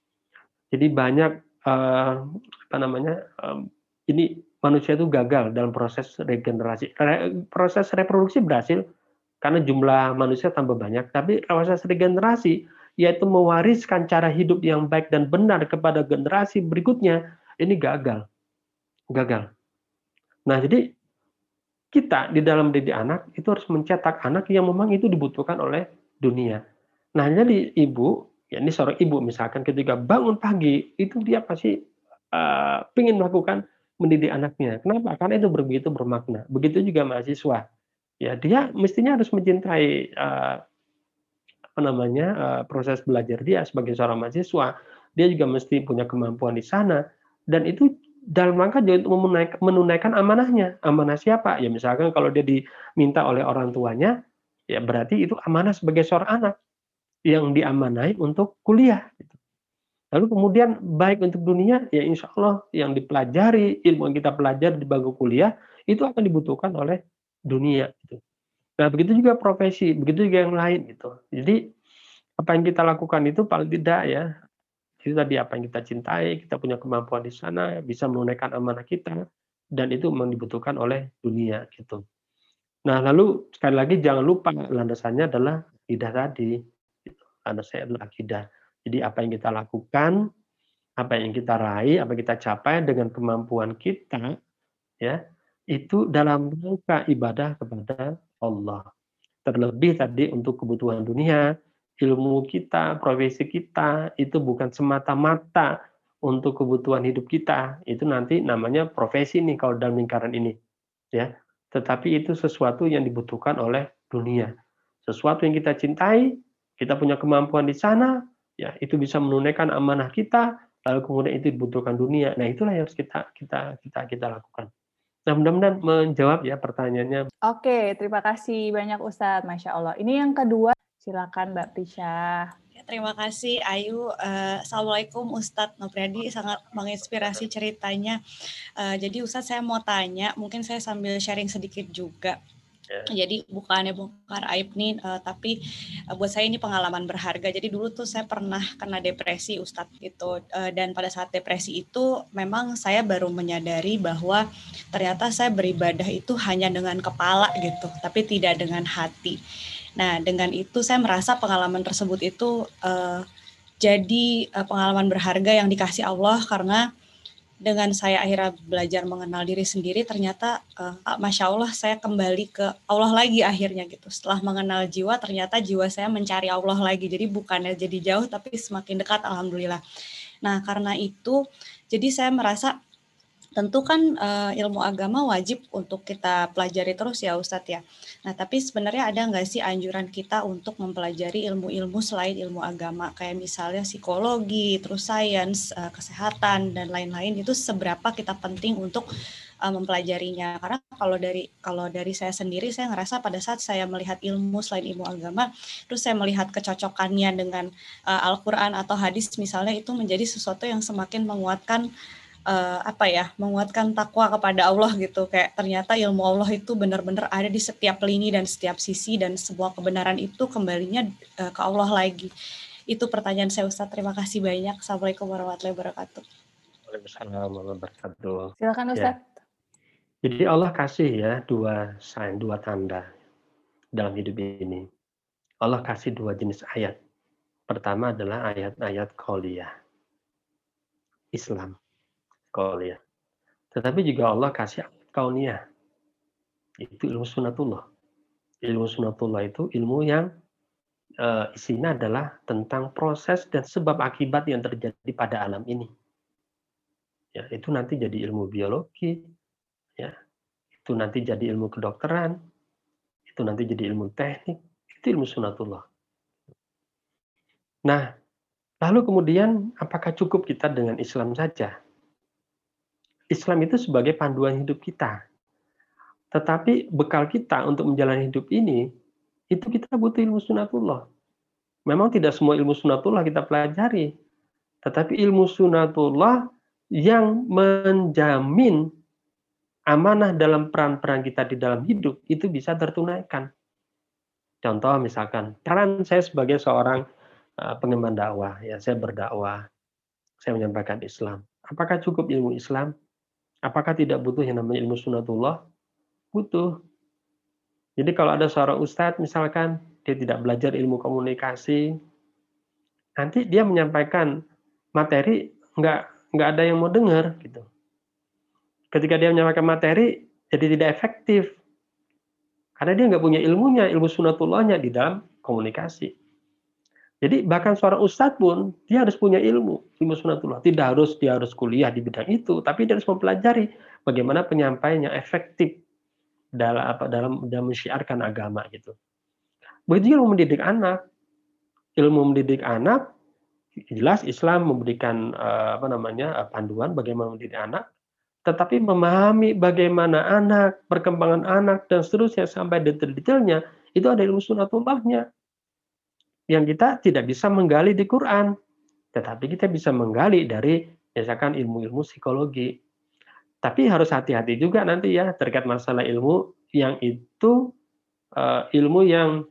Jadi banyak, eee, apa namanya, mmm, ini manusia itu gagal dalam proses regenerasi. Re proses reproduksi berhasil karena jumlah manusia tambah banyak, tapi proses regenerasi, yaitu mewariskan cara hidup yang baik dan benar kepada generasi berikutnya, ini gagal, gagal. Nah, jadi kita di dalam mendidik anak itu harus mencetak anak yang memang itu dibutuhkan oleh dunia. Nah, jadi ibu, ya ini seorang ibu misalkan ketika bangun pagi itu dia pasti uh, ingin melakukan mendidik anaknya. Kenapa? Karena itu begitu bermakna. Begitu juga mahasiswa. Ya, dia mestinya harus mencintai uh, apa namanya uh, proses belajar dia sebagai seorang mahasiswa. Dia juga mesti punya kemampuan di sana dan itu dalam rangka juga untuk menunaikan, menunaikan amanahnya. Amanah siapa? Ya misalkan kalau dia diminta oleh orang tuanya, ya berarti itu amanah sebagai seorang anak yang diamanai untuk kuliah. Lalu kemudian baik untuk dunia, ya insya Allah yang dipelajari, ilmu yang kita pelajari di bangku kuliah, itu akan dibutuhkan oleh dunia. Gitu. Nah begitu juga profesi, begitu juga yang lain. Gitu. Jadi apa yang kita lakukan itu paling tidak ya, itu tadi apa yang kita cintai, kita punya kemampuan di sana, bisa menunaikan amanah kita, dan itu memang dibutuhkan oleh dunia gitu. Nah lalu sekali lagi jangan lupa landasannya adalah akidah tadi. Gitu. Landasnya adalah akidah. Jadi apa yang kita lakukan, apa yang kita raih, apa yang kita capai dengan kemampuan kita, ya itu dalam rangka ibadah kepada Allah. Terlebih tadi untuk kebutuhan dunia, ilmu kita, profesi kita, itu bukan semata-mata untuk kebutuhan hidup kita. Itu nanti namanya profesi nih kalau dalam lingkaran ini. Ya. Tetapi itu sesuatu yang dibutuhkan oleh dunia. Sesuatu yang kita cintai, kita punya kemampuan di sana, ya itu bisa menunaikan amanah kita, lalu kemudian itu dibutuhkan dunia. Nah itulah yang harus kita kita kita kita lakukan. Nah, mudah-mudahan menjawab ya pertanyaannya. Oke, terima kasih banyak Ustadz. Masya Allah. Ini yang kedua, silakan Mbak Prisha. Ya, terima kasih Ayu. Uh, Assalamualaikum Ustadz Nopriadi, sangat menginspirasi ceritanya. Uh, jadi Ustadz saya mau tanya, mungkin saya sambil sharing sedikit juga. Yeah. Jadi bukannya bongkar aib nih, uh, tapi uh, buat saya ini pengalaman berharga. Jadi dulu tuh saya pernah kena depresi Ustadz gitu, uh, dan pada saat depresi itu memang saya baru menyadari bahwa ternyata saya beribadah itu hanya dengan kepala gitu, tapi tidak dengan hati. Nah dengan itu saya merasa pengalaman tersebut itu uh, jadi uh, pengalaman berharga yang dikasih Allah, karena dengan saya akhirnya belajar mengenal diri sendiri, ternyata uh, Masya Allah saya kembali ke Allah lagi akhirnya gitu. Setelah mengenal jiwa, ternyata jiwa saya mencari Allah lagi. Jadi bukannya jadi jauh, tapi semakin dekat, Alhamdulillah. Nah karena itu, jadi saya merasa tentu kan uh, ilmu agama wajib untuk kita pelajari terus ya Ustadz ya. Nah tapi sebenarnya ada nggak sih anjuran kita untuk mempelajari ilmu-ilmu selain ilmu agama, kayak misalnya psikologi, terus sains, uh, kesehatan dan lain-lain, itu seberapa kita penting untuk uh, mempelajarinya? Karena kalau dari kalau dari saya sendiri, saya ngerasa pada saat saya melihat ilmu selain ilmu agama, terus saya melihat kecocokannya dengan uh, Al-Quran atau hadis misalnya, itu menjadi sesuatu yang semakin menguatkan Uh, apa ya, menguatkan takwa kepada Allah gitu. Kayak ternyata ilmu Allah itu benar-benar ada di setiap lini dan setiap sisi, dan semua kebenaran itu kembalinya uh, ke Allah lagi. Itu pertanyaan saya Ustadz, terima kasih banyak. Assalamualaikum warahmatullahi wabarakatuh. Waalaikumsalam warahmatullahi wabarakatuh. Silakan Ustadz. Ya. Jadi Allah kasih ya dua sign, dua tanda dalam hidup ini. Allah kasih dua jenis ayat. Pertama adalah ayat-ayat qauliyah, Islam. Qauliyah. Tetapi juga Allah kasih kauniyah. Itu ilmu sunatullah. Ilmu sunatullah itu ilmu yang uh, isinya adalah tentang proses dan sebab akibat yang terjadi pada alam ini. Ya, itu nanti jadi ilmu biologi, ya. Itu nanti jadi ilmu kedokteran, itu nanti jadi ilmu teknik, itu ilmu sunatullah. Nah, lalu kemudian apakah cukup kita dengan Islam saja? Islam itu sebagai panduan hidup kita. Tetapi bekal kita untuk menjalani hidup ini, itu kita butuh ilmu sunatullah. Memang tidak semua ilmu sunatullah kita pelajari. Tetapi ilmu sunatullah yang menjamin amanah dalam peran-peran kita di dalam hidup itu bisa tertunaikan. Contoh misalkan, peran saya sebagai seorang uh, pengemban dakwah, ya saya berdakwah, saya menyampaikan Islam. Apakah cukup ilmu Islam? Apakah tidak butuh yang namanya ilmu sunatullah? Butuh. Jadi kalau ada seorang ustadz misalkan, dia tidak belajar ilmu komunikasi, nanti dia menyampaikan materi nggak nggak ada yang mau dengar gitu. Ketika dia menyampaikan materi jadi tidak efektif karena dia nggak punya ilmunya, ilmu sunatullahnya di dalam komunikasi. Jadi bahkan seorang ustadz pun dia harus punya ilmu ilmu sunatullah. Tidak harus dia harus kuliah di bidang itu, tapi dia harus mempelajari bagaimana penyampaian yang efektif dalam apa dalam dalam mensyiarkan agama gitu. Begitu ilmu mendidik anak, ilmu mendidik anak jelas Islam memberikan uh, apa namanya panduan bagaimana mendidik anak, tetapi memahami bagaimana anak, perkembangan anak dan seterusnya sampai detail-detailnya itu ada ilmu sunatullahnya yang kita tidak bisa menggali di Quran, tetapi kita bisa menggali dari misalkan ilmu-ilmu psikologi. Tapi harus hati-hati juga nanti ya terkait masalah ilmu yang itu uh, ilmu yang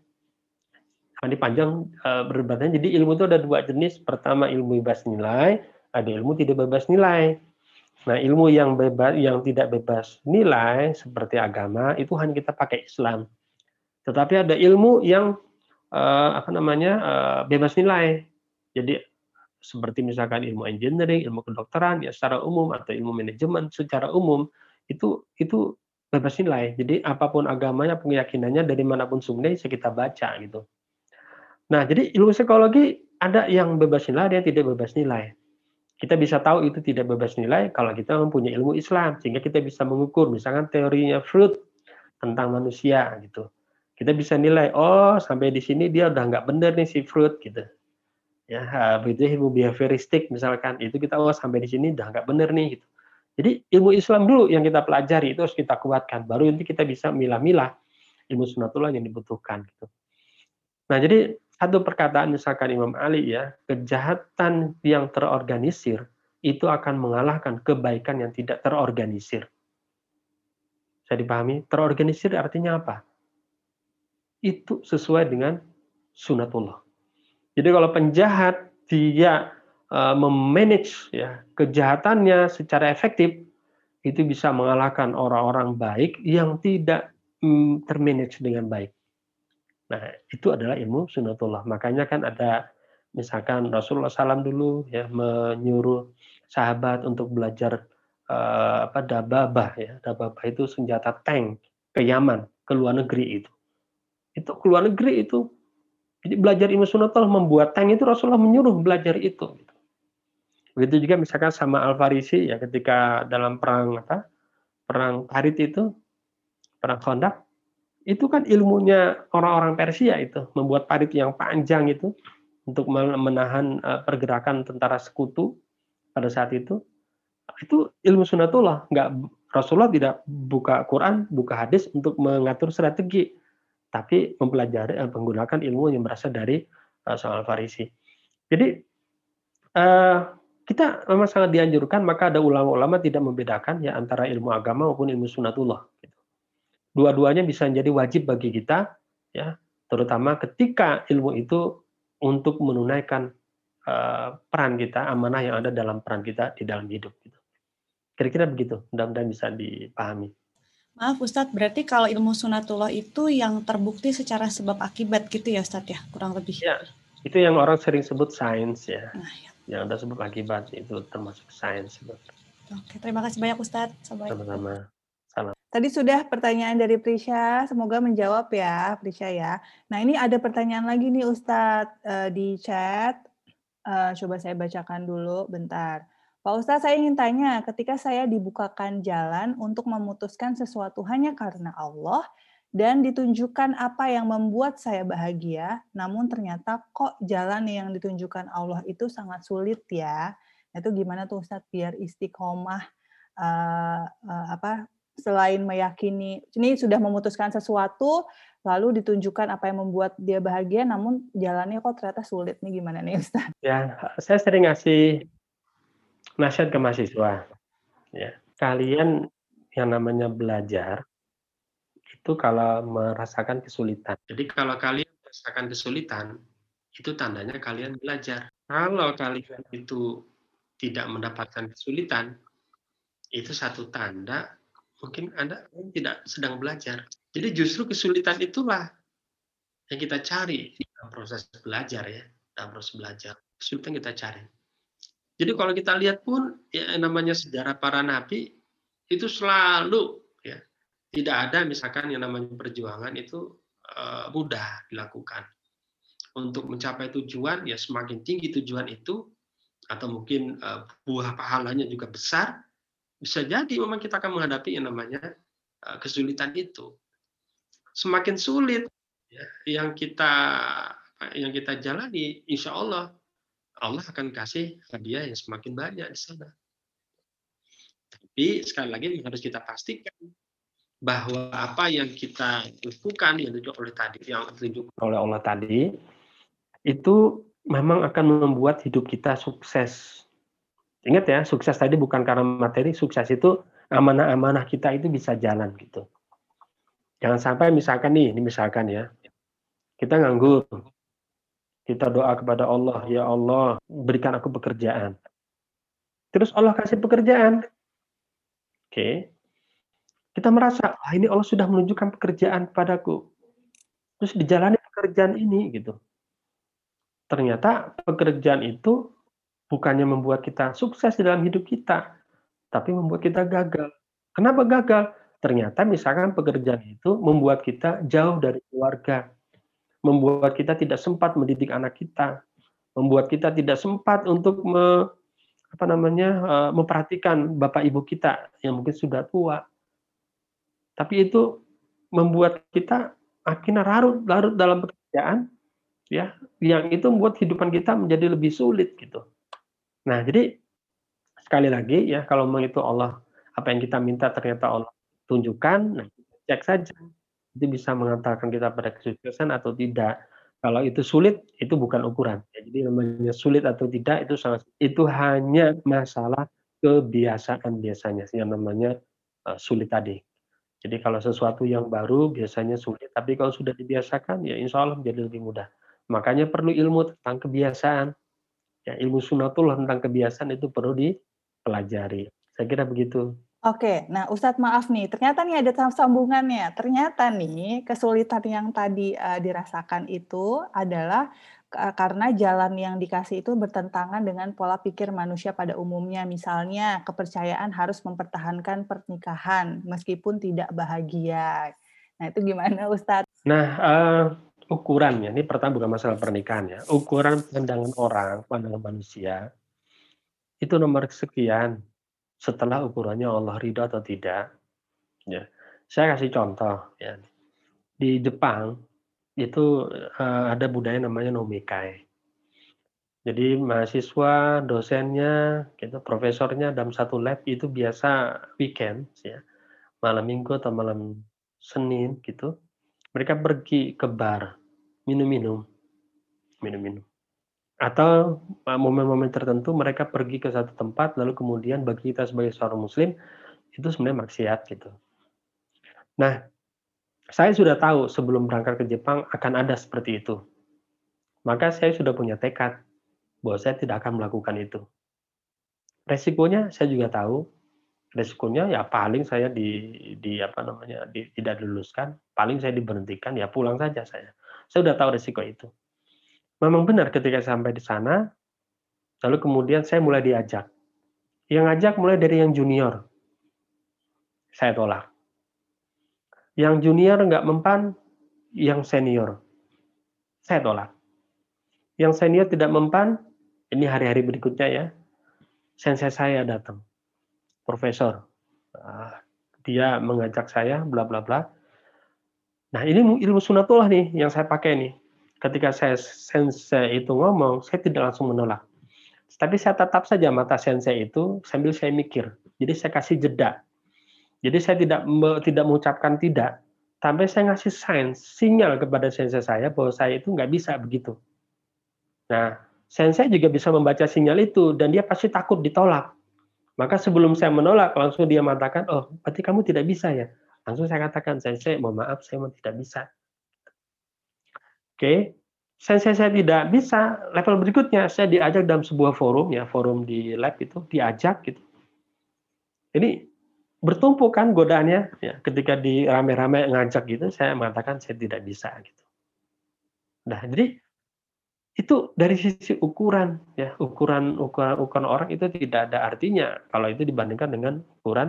ini panjang uh, berdebatnya. Jadi ilmu itu ada dua jenis. Pertama ilmu bebas nilai, ada ilmu tidak bebas nilai. Nah, ilmu yang bebas, yang tidak bebas nilai seperti agama itu hanya kita pakai Islam. Tetapi ada ilmu yang uh, apa namanya uh, bebas nilai. Jadi seperti misalkan ilmu engineering, ilmu kedokteran ya secara umum atau ilmu manajemen secara umum itu itu bebas nilai. Jadi apapun agamanya, keyakinannya dari manapun sumbernya bisa kita baca gitu. Nah, jadi ilmu psikologi ada yang bebas nilai, ada yang tidak bebas nilai. Kita bisa tahu itu tidak bebas nilai kalau kita mempunyai ilmu Islam, sehingga kita bisa mengukur, misalkan teorinya Freud tentang manusia gitu. Kita bisa nilai, oh sampai di sini dia udah nggak benar nih si Freud gitu. Ya, begitu ilmu behavioristik misalkan, itu kita oh sampai di sini udah nggak benar nih gitu. Jadi ilmu Islam dulu yang kita pelajari itu harus kita kuatkan, baru nanti kita bisa milah-milah ilmu sunatullah yang dibutuhkan gitu. Nah, jadi satu perkataan misalkan Imam Ali ya, kejahatan yang terorganisir itu akan mengalahkan kebaikan yang tidak terorganisir. Bisa dipahami? Terorganisir artinya apa? Itu sesuai dengan sunatullah. Jadi kalau penjahat dia uh, memanage ya kejahatannya secara efektif, itu bisa mengalahkan orang-orang baik yang tidak mm, termanage dengan baik. Nah, itu adalah ilmu sunatullah. Makanya kan ada misalkan Rasulullah shallallahu alaihi wasallam dulu ya menyuruh sahabat untuk belajar uh, apa dababah ya. Dababah itu senjata tank ke Yaman, ke luar negeri itu. Itu ke luar negeri itu. Jadi belajar ilmu sunatullah membuat tank itu Rasulullah menyuruh belajar itu. Begitu juga misalkan sama Al-Farisi ya ketika dalam perang apa? Perang Tarit itu, perang Khandaq, itu kan ilmunya orang-orang Persia itu, membuat parit yang panjang itu untuk menahan uh, pergerakan tentara sekutu pada saat itu. Itu ilmu sunatullah, nggak Rasulullah tidak buka Quran, buka hadis untuk mengatur strategi, tapi mempelajari uh, menggunakan ilmu yang berasal dari uh, soal Farisi. Jadi uh, kita memang sangat dianjurkan, maka ada ulama-ulama tidak membedakan ya antara ilmu agama maupun ilmu sunatullah. Gitu. Dua-duanya bisa menjadi wajib bagi kita, ya, terutama ketika ilmu itu untuk menunaikan uh, peran kita, amanah yang ada dalam peran kita di dalam hidup. Gitu. Kira-kira begitu, mudah-mudahan bisa dipahami. Maaf Ustadz, berarti kalau ilmu sunatullah itu yang terbukti secara sebab akibat gitu ya Ustadz ya, kurang lebih? Ya, itu yang orang sering sebut sains ya. Nah, ya. Yang ada sebab akibat itu termasuk sains. Oke, terima kasih banyak Ustadz. Sama-sama. Salam. Tadi sudah pertanyaan dari Prisha, semoga menjawab ya Prisha ya. Nah ini ada pertanyaan lagi nih Ustadz uh, di chat, uh, coba saya bacakan dulu bentar. Pak Ustadz saya ingin tanya, ketika saya dibukakan jalan untuk memutuskan sesuatu hanya karena Allah, dan ditunjukkan apa yang membuat saya bahagia, namun ternyata kok jalan yang ditunjukkan Allah itu sangat sulit ya. Nah, itu gimana tuh Ustadz biar istiqomah, uh, uh, apa selain meyakini, ini sudah memutuskan sesuatu, lalu ditunjukkan apa yang membuat dia bahagia, namun jalannya kok ternyata sulit nih, gimana nih Ustaz? Ya, saya sering ngasih nasihat ke mahasiswa, ya. Kalian yang namanya belajar, itu kalau merasakan kesulitan. Jadi kalau kalian merasakan kesulitan, itu tandanya kalian belajar. Kalau kalian itu tidak mendapatkan kesulitan, itu satu tanda mungkin Anda tidak sedang belajar. Jadi justru kesulitan itulah yang kita cari dalam proses belajar ya, dalam proses belajar. Kesulitan kita cari. Jadi kalau kita lihat pun ya namanya sejarah para nabi itu selalu ya tidak ada misalkan yang namanya perjuangan itu uh, mudah dilakukan. Untuk mencapai tujuan ya semakin tinggi tujuan itu atau mungkin uh, buah pahalanya juga besar, bisa jadi memang kita akan menghadapi yang namanya uh, kesulitan itu. Semakin sulit ya, yang kita yang kita jalani, insya Allah Allah akan kasih hadiah yang semakin banyak di sana. Tapi sekali lagi harus kita pastikan bahwa apa yang kita lakukan yang ditunjuk oleh tadi, yang ditunjuk oleh Allah tadi, itu memang akan membuat hidup kita sukses. Ingat ya, sukses tadi bukan karena materi, sukses itu amanah-amanah kita itu bisa jalan gitu. Jangan sampai misalkan nih, ini misalkan ya, kita nganggur, kita doa kepada Allah, ya Allah, berikan aku pekerjaan. Terus Allah kasih pekerjaan. Oke. Kita merasa, ah ini Allah sudah menunjukkan pekerjaan padaku. Terus dijalani pekerjaan ini gitu. Ternyata pekerjaan itu bukannya membuat kita sukses di dalam hidup kita, tapi membuat kita gagal. Kenapa gagal? Ternyata misalkan pekerjaan itu membuat kita jauh dari keluarga, membuat kita tidak sempat mendidik anak kita, membuat kita tidak sempat untuk me, apa namanya uh, memperhatikan bapak ibu kita yang mungkin sudah tua. Tapi itu membuat kita akhirnya larut-larut dalam pekerjaan, ya, yang itu membuat kehidupan kita menjadi lebih sulit gitu. Nah, jadi sekali lagi ya, kalau memang itu Allah, apa yang kita minta ternyata Allah tunjukkan, nah cek saja, itu bisa mengantarkan kita pada kesuksesan atau tidak. Kalau itu sulit, itu bukan ukuran. Ya, jadi namanya sulit atau tidak itu sangat, itu hanya masalah kebiasaan biasanya, yang namanya uh, sulit tadi. Jadi kalau sesuatu yang baru biasanya sulit, tapi kalau sudah dibiasakan ya insya Allah menjadi lebih mudah. Makanya perlu ilmu tentang kebiasaan. Ya, ilmu sunatullah tentang kebiasaan itu perlu dipelajari. Saya kira begitu. Oke, nah Ustadz maaf nih, ternyata nih ada sambungannya. Ternyata nih kesulitan yang tadi uh, dirasakan itu adalah uh, karena jalan yang dikasih itu bertentangan dengan pola pikir manusia pada umumnya. Misalnya kepercayaan harus mempertahankan pernikahan meskipun tidak bahagia. Nah itu gimana Ustadz? Nah uh, ukurannya, ini pertama bukan masalah pernikahan ya. Ukuran pandangan orang, pandangan manusia itu nomor sekian. Setelah ukurannya Allah ridho atau tidak, ya. Saya kasih contoh, ya. Di Jepang itu uh, ada budaya namanya nomikai. Jadi mahasiswa, dosennya, gitu, profesornya dalam satu lab itu biasa weekend, ya, malam minggu atau malam Senin, gitu, mereka pergi ke bar, minum-minum, minum-minum. Atau momen-momen tertentu mereka pergi ke satu tempat, lalu kemudian bagi kita sebagai seorang muslim, itu sebenarnya maksiat gitu. Nah, saya sudah tahu sebelum berangkat ke Jepang akan ada seperti itu. Maka saya sudah punya tekad bahwa saya tidak akan melakukan itu. Resikonya saya juga tahu. Resikonya ya paling saya di, di apa namanya di, tidak diluluskan, paling saya diberhentikan, ya pulang saja saya. Saya sudah tahu resiko itu. Memang benar ketika sampai di sana, lalu kemudian saya mulai diajak. Yang ngajak mulai dari yang junior. Saya tolak. Yang junior nggak mempan, yang senior. Saya tolak. Yang senior tidak mempan, ini hari-hari berikutnya ya, sensei saya datang. Profesor. Nah, dia mengajak saya, bla bla bla. Nah ini ilmu sunatullah nih yang saya pakai nih. Ketika saya sensei itu ngomong, saya tidak langsung menolak. Tapi saya tetap saja mata sensei itu sambil saya mikir. Jadi saya kasih jeda. Jadi saya tidak tidak mengucapkan tidak, tapi saya ngasih sign, sinyal kepada sensei saya bahwa saya itu nggak bisa begitu. Nah, sensei juga bisa membaca sinyal itu dan dia pasti takut ditolak. Maka sebelum saya menolak, langsung dia mengatakan, oh, berarti kamu tidak bisa ya? Langsung saya katakan, sensei, mohon maaf, saya memang tidak bisa. Oke, sensei saya tidak bisa, level berikutnya saya diajak dalam sebuah forum ya, forum di lab itu diajak gitu. Jadi bertumpuk kan godaannya ya, ketika di rame-rame ngajak gitu, saya mengatakan saya tidak bisa gitu. Nah, jadi itu dari sisi ukuran ya, ukuran ukuran ukuran orang itu tidak ada artinya kalau itu dibandingkan dengan ukuran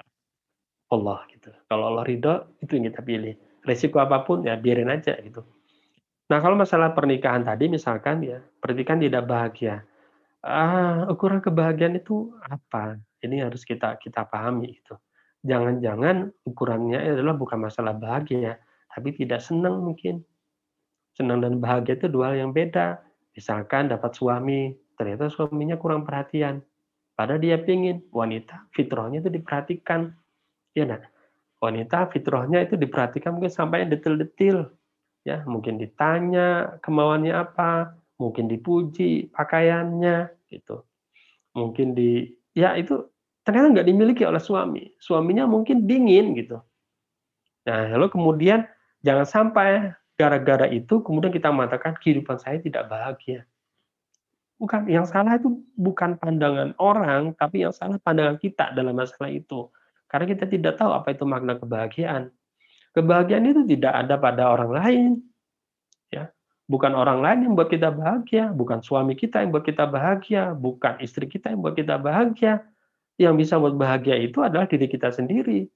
Allah gitu. Kalau Allah ridho, itu yang kita pilih. Resiko apapun ya biarin aja gitu. Nah, kalau masalah pernikahan tadi misalkan ya, pernikahan tidak bahagia. Ah, ukuran kebahagiaan itu apa? Ini harus kita kita pahami gitu. Jangan-jangan ukurannya adalah bukan masalah bahagia, tapi tidak senang mungkin. Senang dan bahagia itu dua hal yang beda. Misalkan dapat suami, ternyata suaminya kurang perhatian. Padahal dia pingin wanita fitrahnya itu diperhatikan. Ya, nah, wanita fitrahnya itu diperhatikan mungkin sampai detil-detil. Ya, mungkin ditanya kemauannya apa, mungkin dipuji pakaiannya gitu. Mungkin di ya itu ternyata nggak dimiliki oleh suami. Suaminya mungkin dingin gitu. Nah, lalu kemudian jangan sampai gara-gara itu kemudian kita mengatakan kehidupan saya tidak bahagia. Bukan, yang salah itu bukan pandangan orang, tapi yang salah pandangan kita dalam masalah itu. Karena kita tidak tahu apa itu makna kebahagiaan. Kebahagiaan itu tidak ada pada orang lain. Ya, bukan orang lain yang buat kita bahagia, bukan suami kita yang buat kita bahagia, bukan istri kita yang buat kita bahagia. Yang bisa buat bahagia itu adalah diri kita sendiri.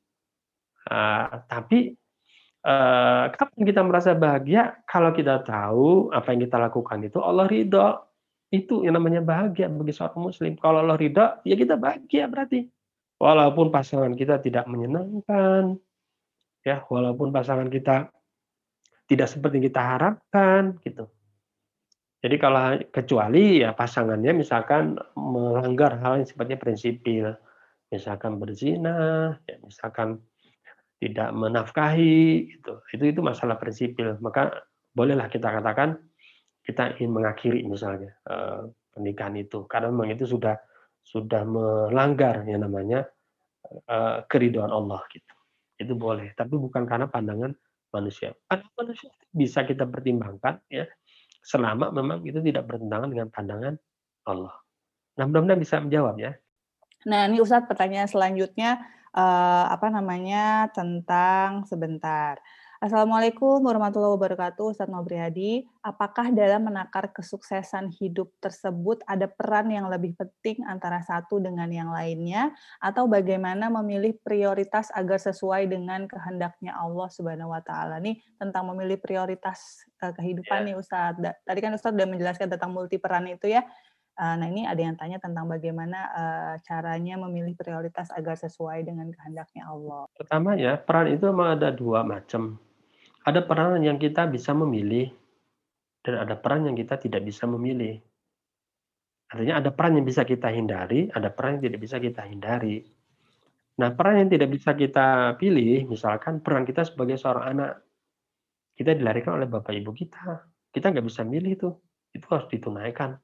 Nah, tapi eh, kapan kita merasa bahagia? Kalau kita tahu apa yang kita lakukan itu Allah ridho. Itu yang namanya bahagia bagi seorang muslim. Kalau Allah ridho, ya kita bahagia berarti. Walaupun pasangan kita tidak menyenangkan, ya, walaupun pasangan kita tidak seperti yang kita harapkan, gitu. Jadi kalau kecuali ya pasangannya misalkan melanggar hal yang sifatnya prinsipil, misalkan berzina, ya misalkan tidak menafkahi, gitu. Itu itu masalah prinsipil. Maka bolehlah kita katakan kita ingin mengakhiri misalnya eh, pernikahan itu, karena memang itu sudah sudah melanggar yang namanya eh, keridhaan Allah gitu. Itu boleh, tapi bukan karena pandangan manusia. Pandangan manusia bisa kita pertimbangkan ya, selama memang itu tidak bertentangan dengan pandangan Allah. Nah, mudah-mudahan bisa menjawab ya. Nah, ini Ustadz pertanyaan selanjutnya uh, apa namanya tentang sebentar. Assalamualaikum warahmatullahi wabarakatuh, Ustadz Nobriyadi. Apakah dalam menakar kesuksesan hidup tersebut ada peran yang lebih penting antara satu dengan yang lainnya, atau bagaimana memilih prioritas agar sesuai dengan kehendaknya Allah Subhanahu Wa Taala? Nih tentang memilih prioritas uh, kehidupan yeah. nih Ustadz. Tadi kan Ustadz sudah menjelaskan tentang multi peran itu ya. Nah, ini ada yang tanya tentang bagaimana uh, caranya memilih prioritas agar sesuai dengan kehendaknya Allah. Pertama ya, peran itu memang ada dua macam. Ada peran yang kita bisa memilih, dan ada peran yang kita tidak bisa memilih. Artinya ada peran yang bisa kita hindari, ada peran yang tidak bisa kita hindari. Nah, peran yang tidak bisa kita pilih, misalkan peran kita sebagai seorang anak, kita dilahirkan oleh bapak ibu kita. Kita nggak bisa milih itu, itu harus ditunaikan.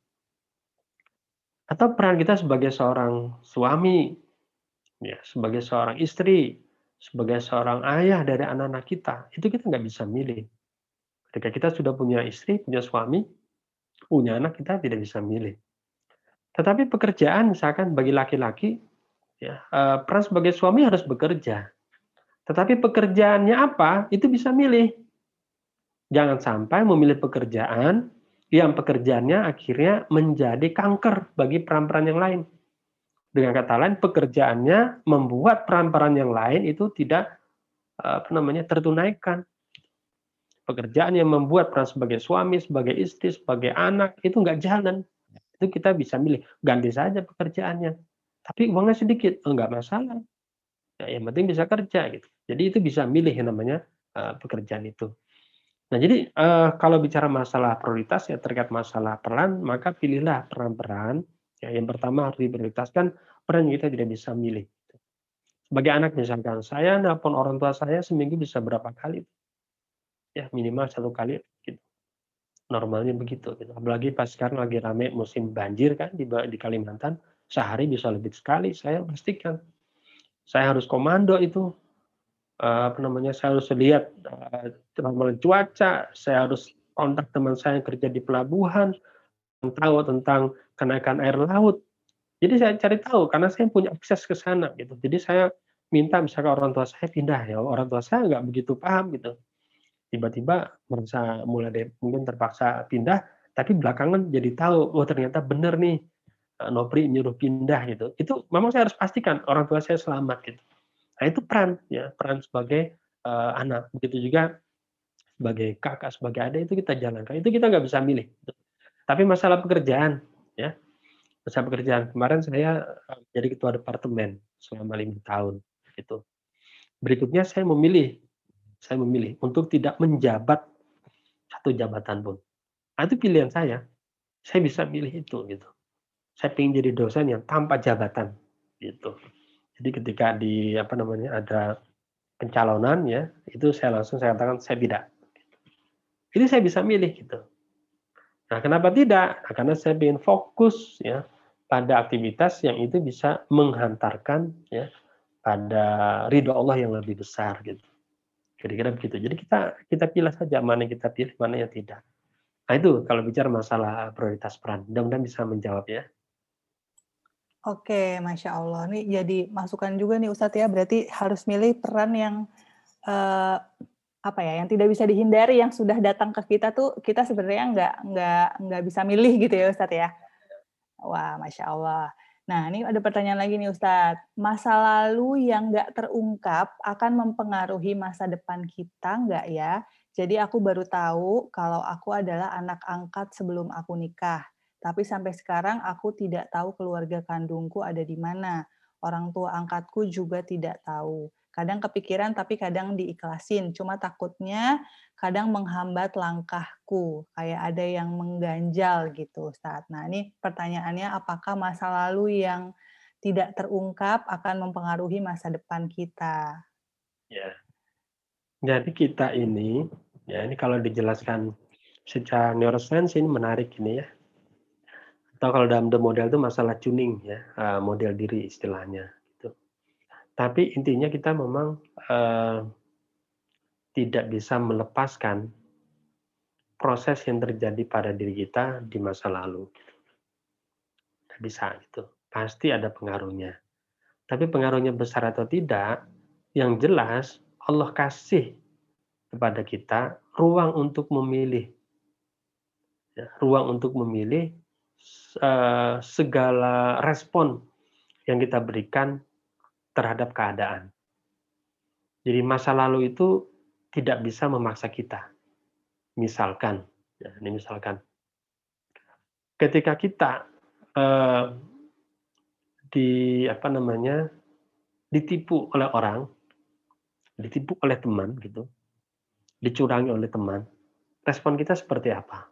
Atau peran kita sebagai seorang suami, ya, sebagai seorang istri, sebagai seorang ayah dari anak-anak kita, itu kita nggak bisa milih. Ketika kita sudah punya istri, punya suami, punya anak, kita tidak bisa milih. Tetapi pekerjaan, misalkan bagi laki-laki, ya, peran sebagai suami harus bekerja. Tetapi pekerjaannya apa, itu bisa milih. Jangan sampai memilih pekerjaan yang pekerjaannya akhirnya menjadi kanker bagi peran-peran yang lain. Dengan kata lain, pekerjaannya membuat peran-peran yang lain itu tidak apa namanya tertunaikan. Pekerjaan yang membuat peran sebagai suami, sebagai istri, sebagai anak itu nggak jalan. Itu kita bisa milih, ganti saja pekerjaannya. Tapi uangnya sedikit, oh, nggak masalah. Ya, yang penting bisa kerja gitu. Jadi itu bisa milih yang namanya uh, pekerjaan itu. Nah, jadi uh, kalau bicara masalah prioritas ya terkait masalah peran, maka pilihlah peran-peran. Ya, yang pertama harus diprioritaskan peran yang kita tidak bisa milih. sebagai anak misalkan, saya nelpon orang tua saya seminggu bisa berapa kali? Ya minimal satu kali gitu. Normalnya begitu gitu. Apalagi pas sekarang lagi rame musim banjir kan di di Kalimantan, sehari bisa lebih sekali saya pastikan. Saya harus komando itu, eee, apa namanya, saya harus lihat, eee, ramalan cuaca, saya harus kontak teman saya yang kerja di pelabuhan, tahu tentang kenaikan air laut. Jadi saya cari tahu karena saya punya akses ke sana gitu. Jadi saya minta misalkan orang tua saya pindah ya, orang tua saya nggak begitu paham gitu. Tiba-tiba merasa mulai de mungkin terpaksa pindah, tapi belakangan jadi tahu, oh ternyata bener nih, eee, Nopri nyuruh pindah gitu. Itu memang saya harus pastikan orang tua saya selamat gitu. Nah itu peran ya, peran sebagai, eee, anak. Begitu juga sebagai kakak, sebagai adik itu kita jalankan, itu kita nggak bisa milih gitu. Tapi masalah pekerjaan ya, masalah pekerjaan, kemarin saya, eee, jadi ketua departemen selama lima tahun gitu. Berikutnya saya memilih saya memilih untuk tidak menjabat satu jabatan pun. Nah, itu pilihan saya. Saya bisa milih itu gitu. Saya pengen jadi dosen yang tanpa jabatan gitu. Jadi ketika di apa namanya ada pencalonan ya, itu saya langsung saya katakan saya tidak. Ini saya bisa milih gitu. Nah, kenapa tidak? Nah, karena saya ingin fokus ya pada aktivitas yang itu bisa menghantarkan ya pada ridho Allah yang lebih besar gitu. Kira-kira begitu. Jadi kita kita pilih saja mana yang kita pilih, mana yang tidak. Nah itu kalau bicara masalah prioritas peran, mudah-mudahan bisa menjawab ya. Oke, Masya Allah. Nih jadi masukan juga nih Ustadz ya, berarti harus milih peran yang eh, apa ya, yang tidak bisa dihindari, yang sudah datang ke kita tuh kita sebenarnya nggak nggak nggak bisa milih gitu ya Ustadz ya. Wah, Masya Allah. Nah, ini ada pertanyaan lagi nih Ustadz. Masa lalu yang nggak terungkap akan mempengaruhi masa depan kita nggak ya? Jadi aku baru tahu kalau aku adalah anak angkat sebelum aku nikah. Tapi sampai sekarang aku tidak tahu keluarga kandungku ada di mana. Orang tua angkatku juga tidak tahu. Kadang kepikiran tapi kadang diikhlasin. Cuma takutnya kadang menghambat langkahku, kayak ada yang mengganjal gitu, Ustaz. Nah, ini pertanyaannya apakah masa lalu yang tidak terungkap akan mempengaruhi masa depan kita? Ya. Jadi kita ini, ya ini kalau dijelaskan secara neuroscience ini menarik ini ya. Atau kalau dalam the model itu masalah tuning ya, model diri istilahnya. Gitu. Tapi intinya kita memang uh, tidak bisa melepaskan proses yang terjadi pada diri kita di masa lalu. Tidak bisa gitu. Pasti ada pengaruhnya. Tapi pengaruhnya besar atau tidak, yang jelas Allah kasih kepada kita ruang untuk memilih. Ya, ruang untuk memilih uh, segala respon yang kita berikan terhadap keadaan. Jadi masa lalu itu tidak bisa memaksa kita. Misalkan, ya, ini misalkan, ketika kita uh, di apa namanya ditipu oleh orang, ditipu oleh teman gitu, dicurangi oleh teman, respon kita seperti apa?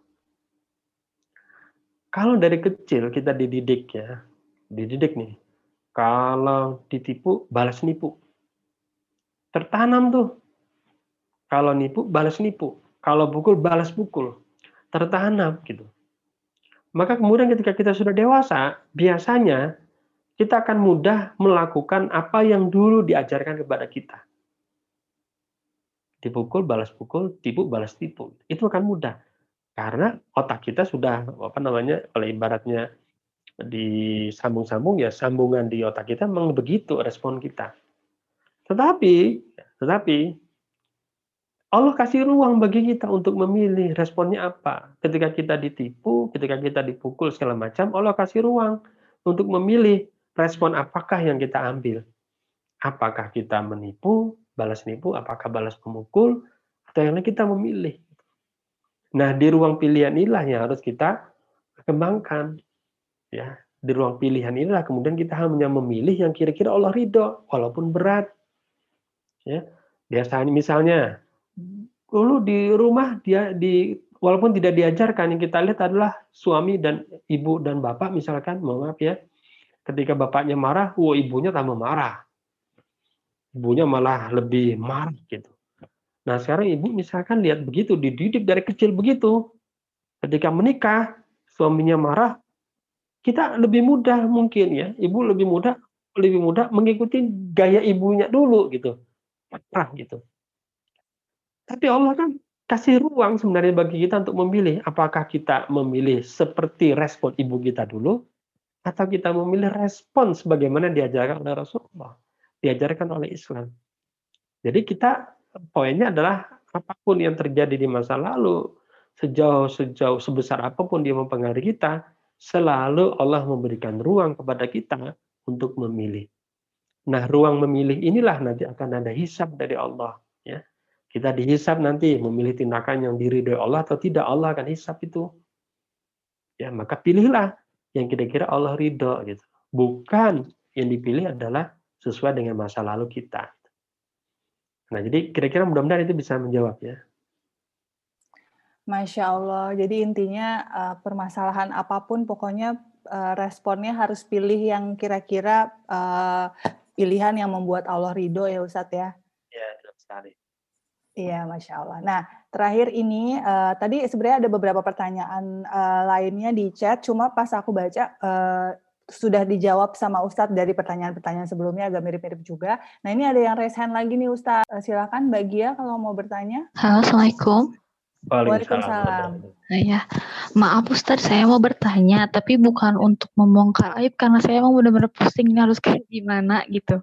Kalau dari kecil kita dididik ya, dididik nih, kalau ditipu balas nipu, tertanam tuh. Kalau nipu balas nipu, kalau pukul balas pukul, tertanam gitu. Maka kemudian ketika kita sudah dewasa, biasanya kita akan mudah melakukan apa yang dulu diajarkan kepada kita. Dipukul balas pukul, tipu balas tipu. Itu akan mudah. Karena otak kita sudah apa namanya, kalau ibaratnya disambung-sambung ya sambungan di otak kita memang begitu respon kita. Tetapi, tetapi Allah kasih ruang bagi kita untuk memilih responnya apa. Ketika kita ditipu, ketika kita dipukul segala macam, Allah kasih ruang untuk memilih respon apakah yang kita ambil. Apakah kita menipu, balas nipu, apakah balas memukul, atau yang lain kita memilih. Nah, di ruang pilihan inilah yang harus kita kembangkan. Ya, di ruang pilihan inilah kemudian kita hanya memilih yang kira-kira Allah ridho, walaupun berat. Ya, biasanya misalnya dulu di rumah dia di walaupun tidak diajarkan, yang kita lihat adalah suami dan ibu dan bapak misalkan, mohon maaf ya, ketika bapaknya marah, wah ibunya tambah marah. ibunya malah lebih marah gitu. Nah sekarang ibu misalkan lihat begitu, dididik dari kecil begitu, ketika menikah suaminya marah, kita lebih mudah mungkin ya, ibu lebih mudah lebih mudah mengikuti gaya ibunya dulu gitu, marah gitu. Tapi Allah kan kasih ruang sebenarnya bagi kita untuk memilih, apakah kita memilih seperti respon ibu kita dulu, atau kita memilih respon sebagaimana diajarkan oleh Rasulullah, diajarkan oleh Islam. Jadi kita poinnya adalah apapun yang terjadi di masa lalu, sejauh sejauh sebesar apapun dia mempengaruhi kita, selalu Allah memberikan ruang kepada kita untuk memilih. Nah, ruang memilih inilah nanti akan ada hisab dari Allah, ya. Kita dihisab nanti memilih tindakan yang diridhoi Allah atau tidak, Allah akan hisab itu. Ya, maka pilihlah yang kira-kira Allah ridho gitu. Bukan yang dipilih adalah sesuai dengan masa lalu kita. Nah, jadi kira-kira mudah-mudahan itu bisa menjawab ya. Masya Allah. Jadi intinya uh, permasalahan apapun pokoknya uh, responnya harus pilih yang kira-kira uh, pilihan yang membuat Allah ridho ya Ustadz ya. Ya, betul sekali. Iya, Masya Allah. Nah, terakhir ini, uh, tadi sebenarnya ada beberapa pertanyaan uh, lainnya di chat, cuma pas aku baca, uh, sudah dijawab sama Ustadz dari pertanyaan-pertanyaan sebelumnya, agak mirip-mirip juga. Nah, ini ada yang raise hand lagi nih Ustadz. Uh, silakan Mbak Gia kalau mau bertanya. Halo, Assalamualaikum. Waalaikumsalam. Ya, maaf Ustadz, saya mau bertanya, tapi bukan untuk membongkar aib, karena saya emang benar-benar pusing ini harus kayak gimana gitu.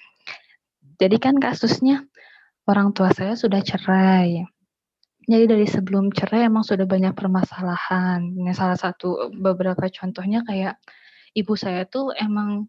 Jadi kan kasusnya, orang tua saya sudah cerai. Jadi dari sebelum cerai emang sudah banyak permasalahan. Ini salah satu beberapa contohnya kayak ibu saya tuh emang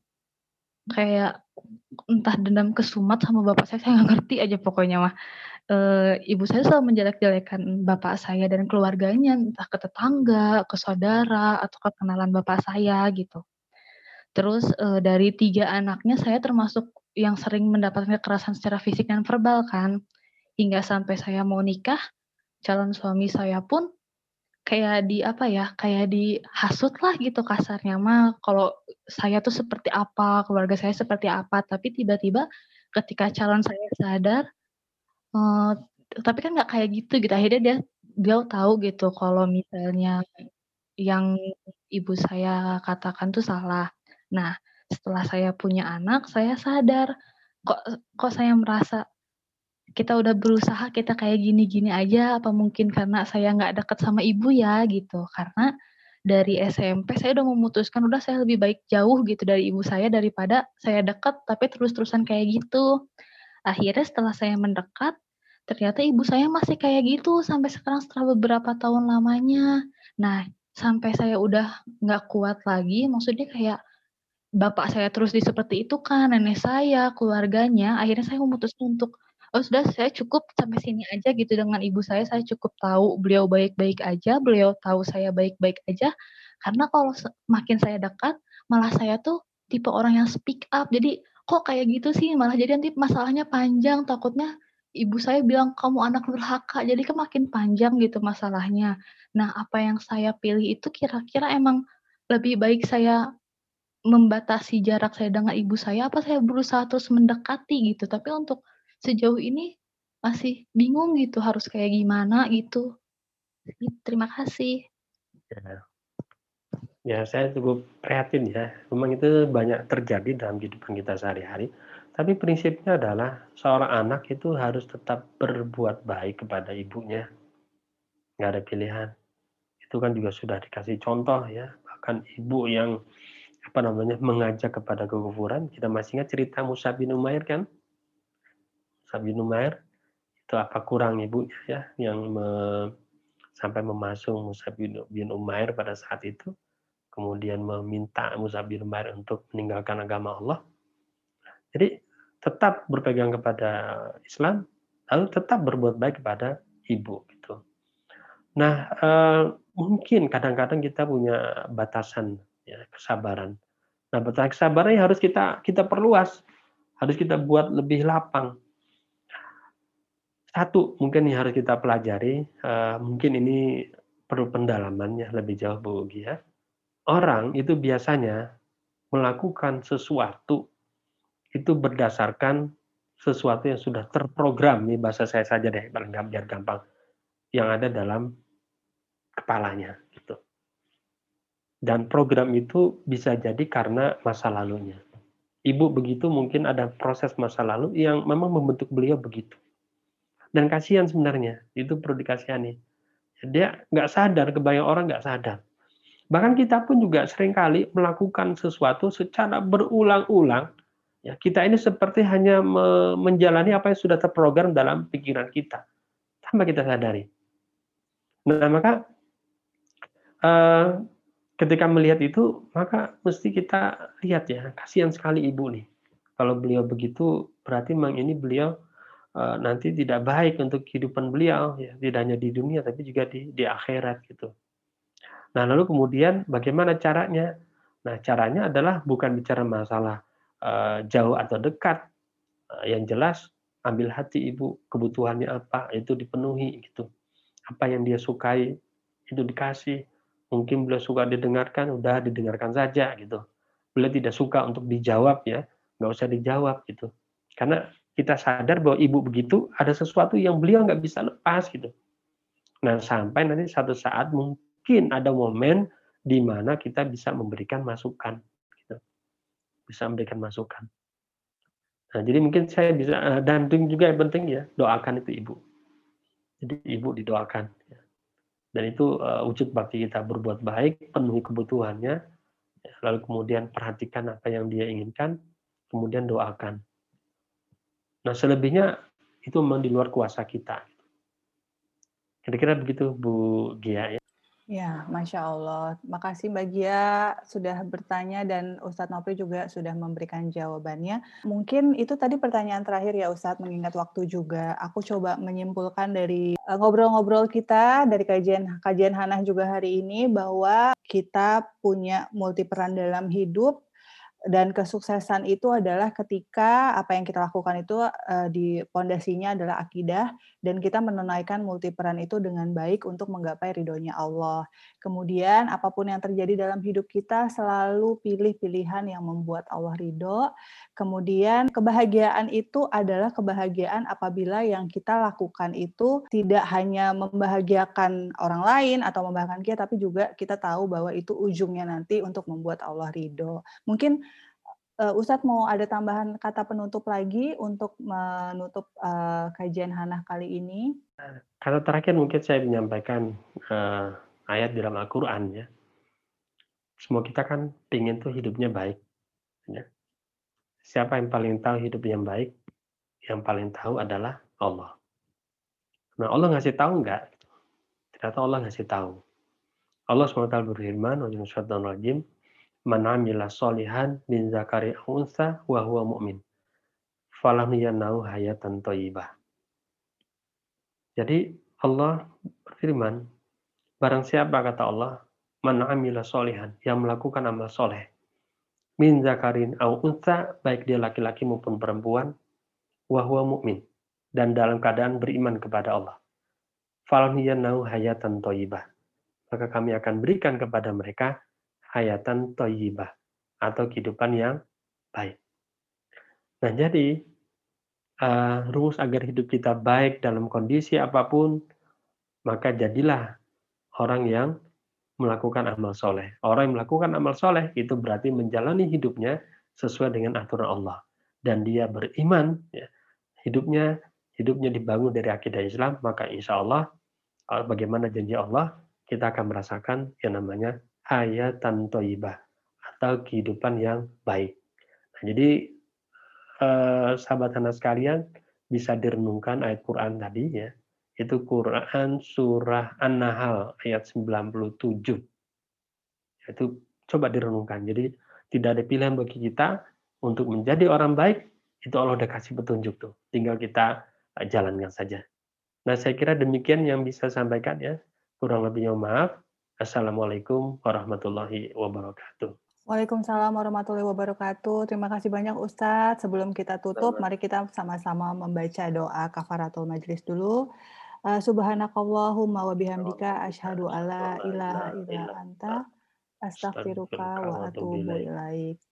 kayak entah dendam kesumat sama bapak saya, saya nggak ngerti aja pokoknya mah. E, ibu saya selalu menjelek-jelekan bapak saya dan keluarganya, entah ke tetangga, ke saudara, atau ke kenalan bapak saya gitu. Terus e, dari tiga anaknya saya termasuk yang sering mendapatkan kekerasan secara fisik dan verbal kan. Hingga sampai saya mau nikah, calon suami saya pun kayak di apa ya, kayak dihasut lah gitu kasarnya mah, kalau saya tuh seperti apa, keluarga saya seperti apa, tapi tiba-tiba ketika calon saya sadar, uh, tapi kan nggak kayak gitu gitu, akhirnya dia dia tahu gitu kalau misalnya yang ibu saya katakan tuh salah. Nah, setelah saya punya anak, saya sadar, kok kok saya merasa kita udah berusaha kita kayak gini-gini aja, apa mungkin karena saya nggak deket sama ibu ya gitu. Karena dari S M P saya udah memutuskan, udah saya lebih baik jauh gitu dari ibu saya daripada saya deket tapi terus-terusan kayak gitu. Akhirnya setelah saya mendekat, ternyata ibu saya masih kayak gitu sampai sekarang setelah beberapa tahun lamanya. Nah, sampai saya udah nggak kuat lagi, maksudnya kayak bapak saya terus di seperti itu kan, nenek saya, keluarganya, akhirnya saya memutuskan untuk, oh sudah saya cukup sampai sini aja gitu dengan ibu saya, saya cukup tahu beliau baik-baik aja, beliau tahu saya baik-baik aja, karena kalau makin saya dekat, malah saya tuh tipe orang yang speak up, jadi kok kayak gitu sih, malah jadi nanti masalahnya panjang, takutnya ibu saya bilang kamu anak durhaka, jadi kan makin panjang gitu masalahnya. Nah, apa yang saya pilih itu kira-kira emang lebih baik saya membatasi jarak saya dengan ibu saya, apa saya berusaha terus mendekati gitu, tapi untuk sejauh ini masih bingung gitu harus kayak gimana gitu. Terima kasih. Ya. Ya, saya cukup prihatin ya. Memang itu banyak terjadi dalam kehidupan kita sehari-hari. Tapi prinsipnya adalah seorang anak itu harus tetap berbuat baik kepada ibunya. Nggak ada pilihan. Itu kan juga sudah dikasih contoh ya. Bahkan ibu yang apa namanya mengajak kepada kekufuran. Kita masih ingat cerita Mus'ab bin Umair kan? Mus'ab bin Umair itu apa kurang ibunya ya yang me, sampai memasung Mus'ab bin, bin Umair pada saat itu, kemudian meminta Mus'ab bin Umair untuk meninggalkan agama Allah. Jadi tetap berpegang kepada Islam, lalu tetap berbuat baik kepada ibu gitu. Nah, eh, mungkin kadang-kadang kita punya batasan ya, kesabaran. Nah, batasan kesabarannya harus kita kita perluas, harus kita buat lebih lapang. Satu mungkin yang harus kita pelajari, uh, mungkin ini perlu pendalamannya lebih jauh Bu Ugi ya. Orang itu biasanya melakukan sesuatu itu berdasarkan sesuatu yang sudah terprogram, nih bahasa saya saja deh, paling biar gampang, yang ada dalam kepalanya, gitu. Dan program itu bisa jadi karena masa lalunya. Ibu begitu mungkin ada proses masa lalu yang memang membentuk beliau begitu. Dan kasihan sebenarnya, itu perlu dikasihani. Dia nggak sadar, kebanyakan orang nggak sadar. Bahkan kita pun juga seringkali melakukan sesuatu secara berulang-ulang. Ya, kita ini seperti hanya me menjalani apa yang sudah terprogram dalam pikiran kita, tanpa kita sadari. Nah, maka uh, ketika melihat itu, maka mesti kita lihat ya, kasihan sekali ibu nih. Kalau beliau begitu, berarti memang ini beliau uh, nanti tidak baik untuk kehidupan beliau, ya, tidak hanya di dunia tapi juga di, di akhirat gitu. Nah, lalu kemudian bagaimana caranya? Nah, caranya adalah bukan bicara masalah uh, jauh atau dekat. Uh, yang jelas, ambil hati ibu, kebutuhannya apa, itu dipenuhi gitu. Apa yang dia sukai, itu dikasih. Mungkin beliau suka didengarkan, udah didengarkan saja gitu. Beliau tidak suka untuk dijawab ya, nggak usah dijawab gitu. Karena kita sadar bahwa ibu begitu, ada sesuatu yang beliau nggak bisa lepas gitu. Nah, sampai nanti satu saat mungkin mungkin ada momen di mana kita bisa memberikan masukan, gitu. Bisa memberikan masukan. Nah, jadi mungkin saya bisa uh, dan juga yang penting ya, doakan itu ibu. Jadi ibu didoakan. Ya. Dan itu uh, wujud bakti kita berbuat baik, penuhi kebutuhannya, ya, lalu kemudian perhatikan apa yang dia inginkan, kemudian doakan. Nah, selebihnya itu memang di luar kuasa kita. Kira-kira begitu, Bu Gia ya. Ya, Masya Allah. Makasih Mbak Gia sudah bertanya dan Ustadz Nopri juga sudah memberikan jawabannya. Mungkin itu tadi pertanyaan terakhir ya Ustadz, mengingat waktu juga. Aku coba menyimpulkan dari uh, ngobrol-ngobrol kita, dari kajian kajian Hanah juga hari ini, bahwa kita punya multi peran dalam hidup. Dan kesuksesan itu adalah ketika apa yang kita lakukan itu uh, di pondasinya adalah akidah dan kita menunaikan multi peran itu dengan baik untuk menggapai ridhonya Allah. Kemudian apapun yang terjadi dalam hidup kita selalu pilih pilihan yang membuat Allah ridho. Kemudian kebahagiaan itu adalah kebahagiaan apabila yang kita lakukan itu tidak hanya membahagiakan orang lain atau membahagiakan kita, tapi juga kita tahu bahwa itu ujungnya nanti untuk membuat Allah ridho. Mungkin Uh, Ustadz mau ada tambahan kata penutup lagi untuk menutup uh, kajian Hanah kali ini? Kata terakhir mungkin saya menyampaikan uh, ayat di dalam Al-Quran ya. Semua kita kan ingin tuh hidupnya baik. Ya. Siapa yang paling tahu hidup yang baik? Yang paling tahu adalah Allah. Nah, Allah ngasih tahu enggak? Ternyata Allah ngasih tahu. Allah subhanahu wa taala berfirman, "Wa syaitanir rajim, man 'amila sholihan min zakari aw unsa wa huwa mu'min. Falanuhyiyannahu hayatan thayyibah." Jadi Allah berfirman, barang siapa kata Allah, man 'amila sholihan, yang melakukan amal soleh, min zakarin aw unsa, baik dia laki-laki maupun perempuan, wa huwa mu'min, dan dalam keadaan beriman kepada Allah. Falanuhyiyannahu hayatan thayyibah. Maka kami akan berikan kepada mereka hayatan thayyibah, atau kehidupan yang baik. Nah, jadi uh, rumus agar hidup kita baik dalam kondisi apapun, maka jadilah orang yang melakukan amal soleh. Orang yang melakukan amal soleh itu berarti menjalani hidupnya sesuai dengan aturan Allah. Dan dia beriman, ya, hidupnya hidupnya dibangun dari akidah Islam, maka insya Allah, bagaimana janji Allah, kita akan merasakan yang namanya hayatan thayyibah, atau kehidupan yang baik. Nah, jadi eh, sahabat Hana sekalian, bisa direnungkan ayat Quran tadi ya. Itu Quran surah An-Nahl ayat sembilan puluh tujuh. Itu coba direnungkan. Jadi tidak ada pilihan bagi kita untuk menjadi orang baik, itu Allah udah kasih petunjuk tuh. Tinggal kita uh, jalankan saja. Nah, saya kira demikian yang bisa saya sampaikan ya. Kurang lebihnya maaf. Assalamualaikum warahmatullahi wabarakatuh. Waalaikumsalam warahmatullahi wabarakatuh. Terima kasih banyak Ustadz. Sebelum kita tutup, mari kita sama-sama membaca doa kafaratul majlis dulu. Uh, Subhanakallahumma wa bihamdika asyhadu alla ilaha illa anta astaghfiruka wa atubu ilaik.